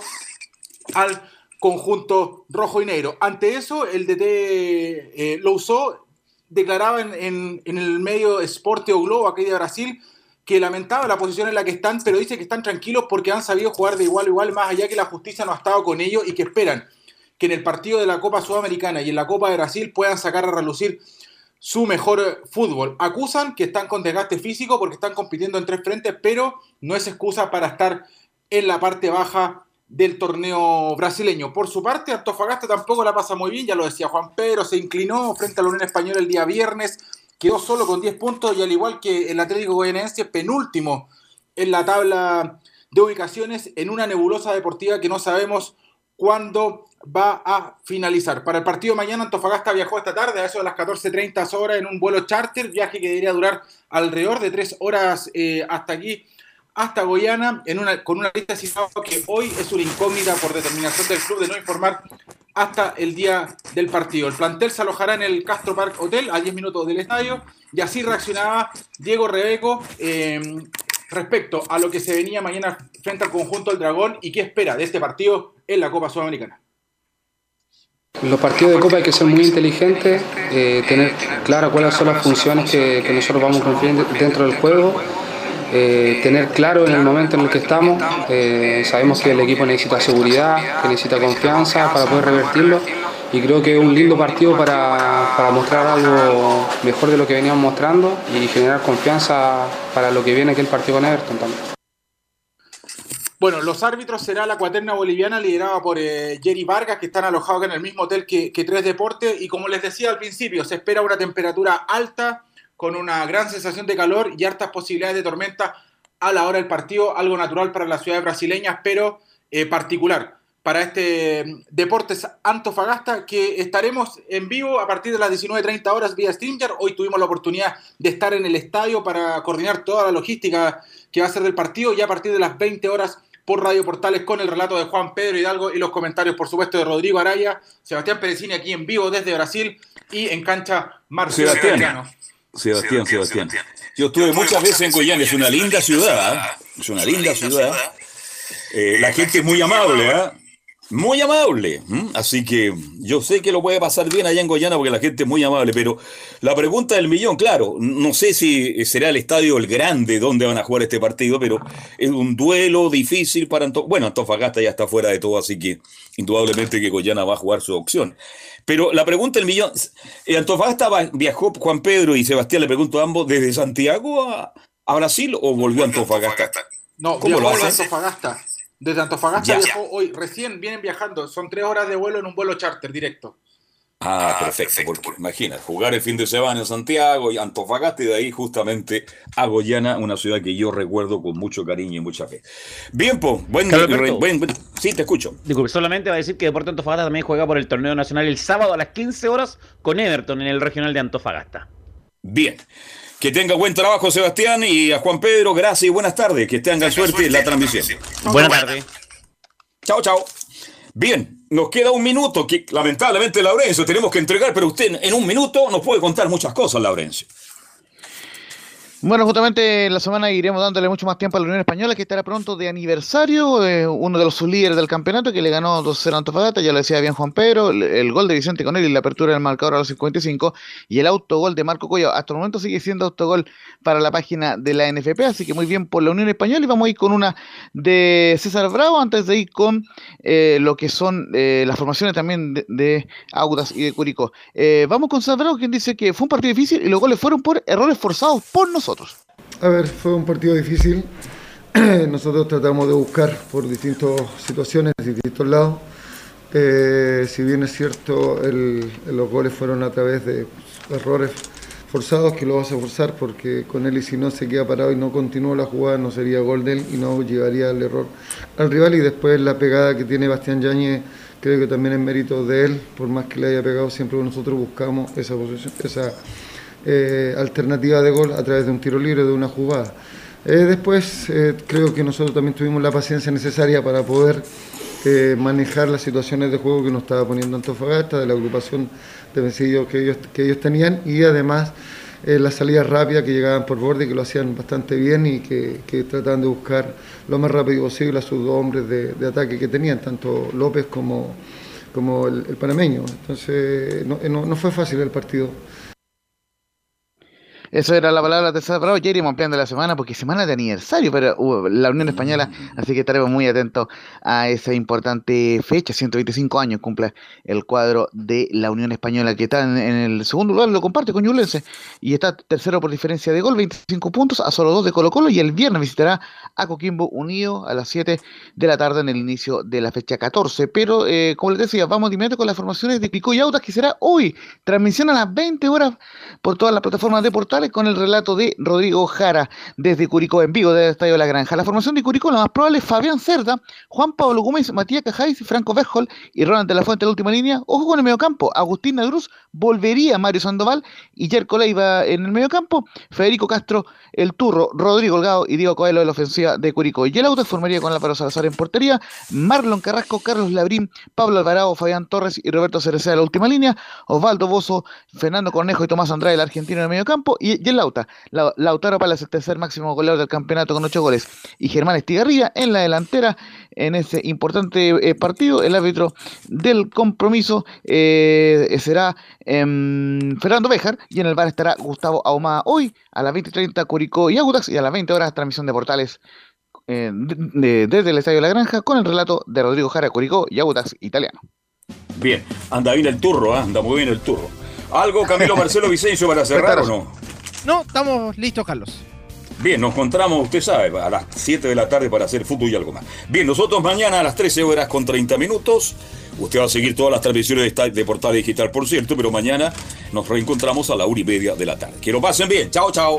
al conjunto rojo y negro. Ante eso, el DT Lousó declaraba en el medio Esporte o Globo aquí de Brasil que lamentaba la posición en la que están, pero dice que están tranquilos porque han sabido jugar de igual a igual, más allá que la justicia no ha estado con ellos, y que esperan que en el partido de la Copa Sudamericana y en la Copa de Brasil puedan sacar a relucir su mejor fútbol. Acusan que están con desgaste físico porque están compitiendo en 3 frentes, pero no es excusa para estar en la parte baja del torneo brasileño. Por su parte, Antofagasta tampoco la pasa muy bien, ya lo decía Juan Pedro, se inclinó frente a la Unión Española el día viernes, quedó solo con 10 puntos, y al igual que el Atlético Goianiense, penúltimo en la tabla de ubicaciones, en una nebulosa deportiva que no sabemos cuándo va a finalizar. Para el partido de mañana, Antofagasta viajó esta tarde a eso de las 14:30 horas en un vuelo charter, viaje que debería durar alrededor de 3 horas hasta aquí, hasta Goiânia, con una lista de citados que hoy es una incógnita por determinación del club de no informar hasta el día del partido. El plantel se alojará en el Castro Park Hotel, a 10 minutos del estadio, y así reaccionaba Diego Rebeco respecto a lo que se venía mañana frente al conjunto del Dragón y qué espera de este partido en la Copa Sudamericana. Los partidos de Copa hay que ser muy inteligentes, tener claro cuáles son las funciones que nosotros vamos a cumplir dentro del juego, tener claro en el momento en el que estamos. Sabemos que el equipo necesita seguridad, que necesita confianza para poder revertirlo, y creo que es un lindo partido para mostrar algo mejor de lo que veníamos mostrando y generar confianza para lo que viene, que es el partido con Everton también. Bueno, los árbitros será la cuaterna boliviana liderada por Jerry Vargas, que están alojados en el mismo hotel que 3 Deportes, y como les decía al principio, se espera una temperatura alta, con una gran sensación de calor y hartas posibilidades de tormenta a la hora del partido, algo natural para las ciudades brasileñas, pero particular para este Deportes Antofagasta, que estaremos en vivo a partir de las 19:30 horas vía Stringer. Hoy tuvimos la oportunidad de estar en el estadio para coordinar toda la logística que va a ser del partido, y a partir de las 20 horas por Radio Portales, con el relato de Juan Pedro Hidalgo y los comentarios, por supuesto, de Rodrigo Araya, Sebastián Perecini aquí en vivo desde Brasil, y en cancha Marcelo Sebastián. Sebastián. Yo estuve muchas veces en Goiânia, es una linda ciudad, la gente es muy amable, muy amable, así que yo sé que lo puede pasar bien allá en Goiânia porque la gente es muy amable, pero la pregunta del millón, claro, no sé si será el estadio El Grande donde van a jugar este partido, pero es un duelo difícil para Antofagasta ya está fuera de todo, así que indudablemente que Goiânia va a jugar su opción. Pero la pregunta del millón, ¿Antofagasta viajó, Juan Pedro y Sebastián, le pregunto a ambos, desde Santiago a Brasil o volvió a Antofagasta? No, ¿cómo lo hace? Antofagasta. Desde Antofagasta viajó hoy, recién vienen viajando, son 3 horas de vuelo en un vuelo charter directo. Perfecto, porque imagina, jugar el fin de semana en Santiago y Antofagasta, y de ahí justamente a Goiânia, una ciudad que yo recuerdo con mucho cariño y mucha fe. Bien, sí, te escucho. Disculpe, solamente va a decir que Deportes Antofagasta también juega por el torneo nacional el sábado a las 15 horas con Everton en el regional de Antofagasta. Bien. Que tenga buen trabajo, Sebastián, y a Juan Pedro, gracias y buenas tardes. Que tengan suerte en la transmisión. Buenas tardes. Chao, chao. Bien, nos queda un minuto que lamentablemente, Laurencio, tenemos que entregar, pero usted en un minuto nos puede contar muchas cosas, Laurencio. Bueno, justamente la semana iremos dándole mucho más tiempo a la Unión Española, que estará pronto de aniversario, uno de los sublíderes del campeonato que le ganó 2-0 a Antofagasta, ya lo decía bien Juan Pedro, el gol de Vicente Conelli, la apertura del marcador a los 55, y el autogol de Marco Collado, hasta el momento sigue siendo autogol para la página de la NFP, así que muy bien por la Unión Española, y vamos a ir con una de César Bravo, antes de ir con lo que son las formaciones también de Audax y de Curicó. Vamos con César Bravo, quien dice que fue un partido difícil y los goles fueron por errores forzados por nosotros. A ver, fue un partido difícil. Nosotros tratamos de buscar por distintas situaciones, de distintos lados. Si bien es cierto, los goles fueron a través de errores forzados, que lo vas a forzar porque con él, y si no se queda parado y no continúa la jugada, no sería gol de él y no llevaría el error al rival. Y después la pegada que tiene Bastián Yáñez, creo que también es mérito de él, por más que le haya pegado, siempre nosotros buscamos esa posición, esa alternativa de gol a través de un tiro libre, de una jugada. Después creo que nosotros también tuvimos la paciencia necesaria para poder manejar las situaciones de juego que nos estaba poniendo Antofagasta, de la agrupación defensiva que ellos tenían, y además las salidas rápidas que llegaban por borde, que lo hacían bastante bien y que trataban de buscar lo más rápido posible a sus dos hombres de ataque que tenían, tanto López como el panameño. Entonces no fue fácil el partido. Eso era la palabra de César Bravo. Ya iremos ampliando la semana, porque semana de aniversario para la Unión Española, así que estaremos muy atentos a esa importante fecha. 125 años cumple el cuadro de la Unión Española, que está en el segundo lugar, lo comparte con Ñublense, y está tercero por diferencia de gol, 25 puntos, a solo 2 de Colo Colo, y el viernes visitará a Coquimbo Unido a las 7 de la tarde en el inicio de la fecha 14. Pero, como les decía, vamos de inmediato con las formaciones de Curicó y Audax, que será hoy, transmisión a las 20 horas por todas las plataformas de Portales, con el relato de Rodrigo Jara desde Curicó en vivo, desde el Estadio La Granja. La formación de Curicó, la más probable es Fabián Cerda, Juan Pablo Gómez, Matías Cajáis, Franco Vejol y Ronald de la Fuente en la última línea. Ojo con el mediocampo, Agustín Nadruz, volvería Mario Sandoval y Jerko Leiva en el mediocampo, Federico Castro, El Turro, Rodrigo Holgado y Diego Coelho en la ofensiva de Curicó. Y el Audax formaría con Álvaro Salazar en portería, Marlon Carrasco, Carlos Labrín, Pablo Alvarado, Fabián Torres y Roberto Cereceda en la última línea, Osvaldo Bozo, Fernando Cornejo y Tomás Andrade, el argentino en el mediocampo, y el Lautaro Palas, el tercer máximo goleador del campeonato con 8 goles, y Germán Estigarribia en la delantera. En ese importante partido, el árbitro del compromiso será Fernando Béjar, y en el bar estará Gustavo Ahumada. Hoy a las 20:30 Curicó y Audax, y a las 20 horas transmisión de Portales desde el Estadio La Granja, con el relato de Rodrigo Jara, Curicó y Audax italiano. Bien, anda bien el turro, anda muy bien el turro. ¿Algo, Camilo Marcelo Vicencio, para cerrar o no? No, estamos listos, Carlos. Bien, nos encontramos, usted sabe, a las 7 de la tarde para hacer fútbol y algo más. Bien, nosotros mañana a las 13 horas con 30 minutos. Usted va a seguir todas las transmisiones de Portal Digital, por cierto, pero mañana nos reencontramos a la 1:30 de la tarde. Que lo pasen bien. Chao, chao.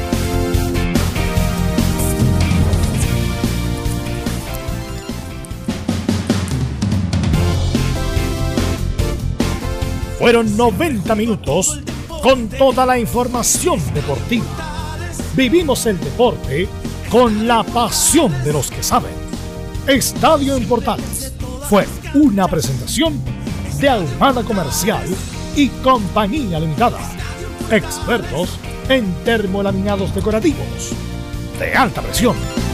Fueron 90 minutos con toda la información deportiva. Vivimos el deporte con la pasión de los que saben. Estadio en Portales fue una presentación de Ahumada Comercial y Compañía Limitada. Expertos en termolaminados decorativos de alta presión.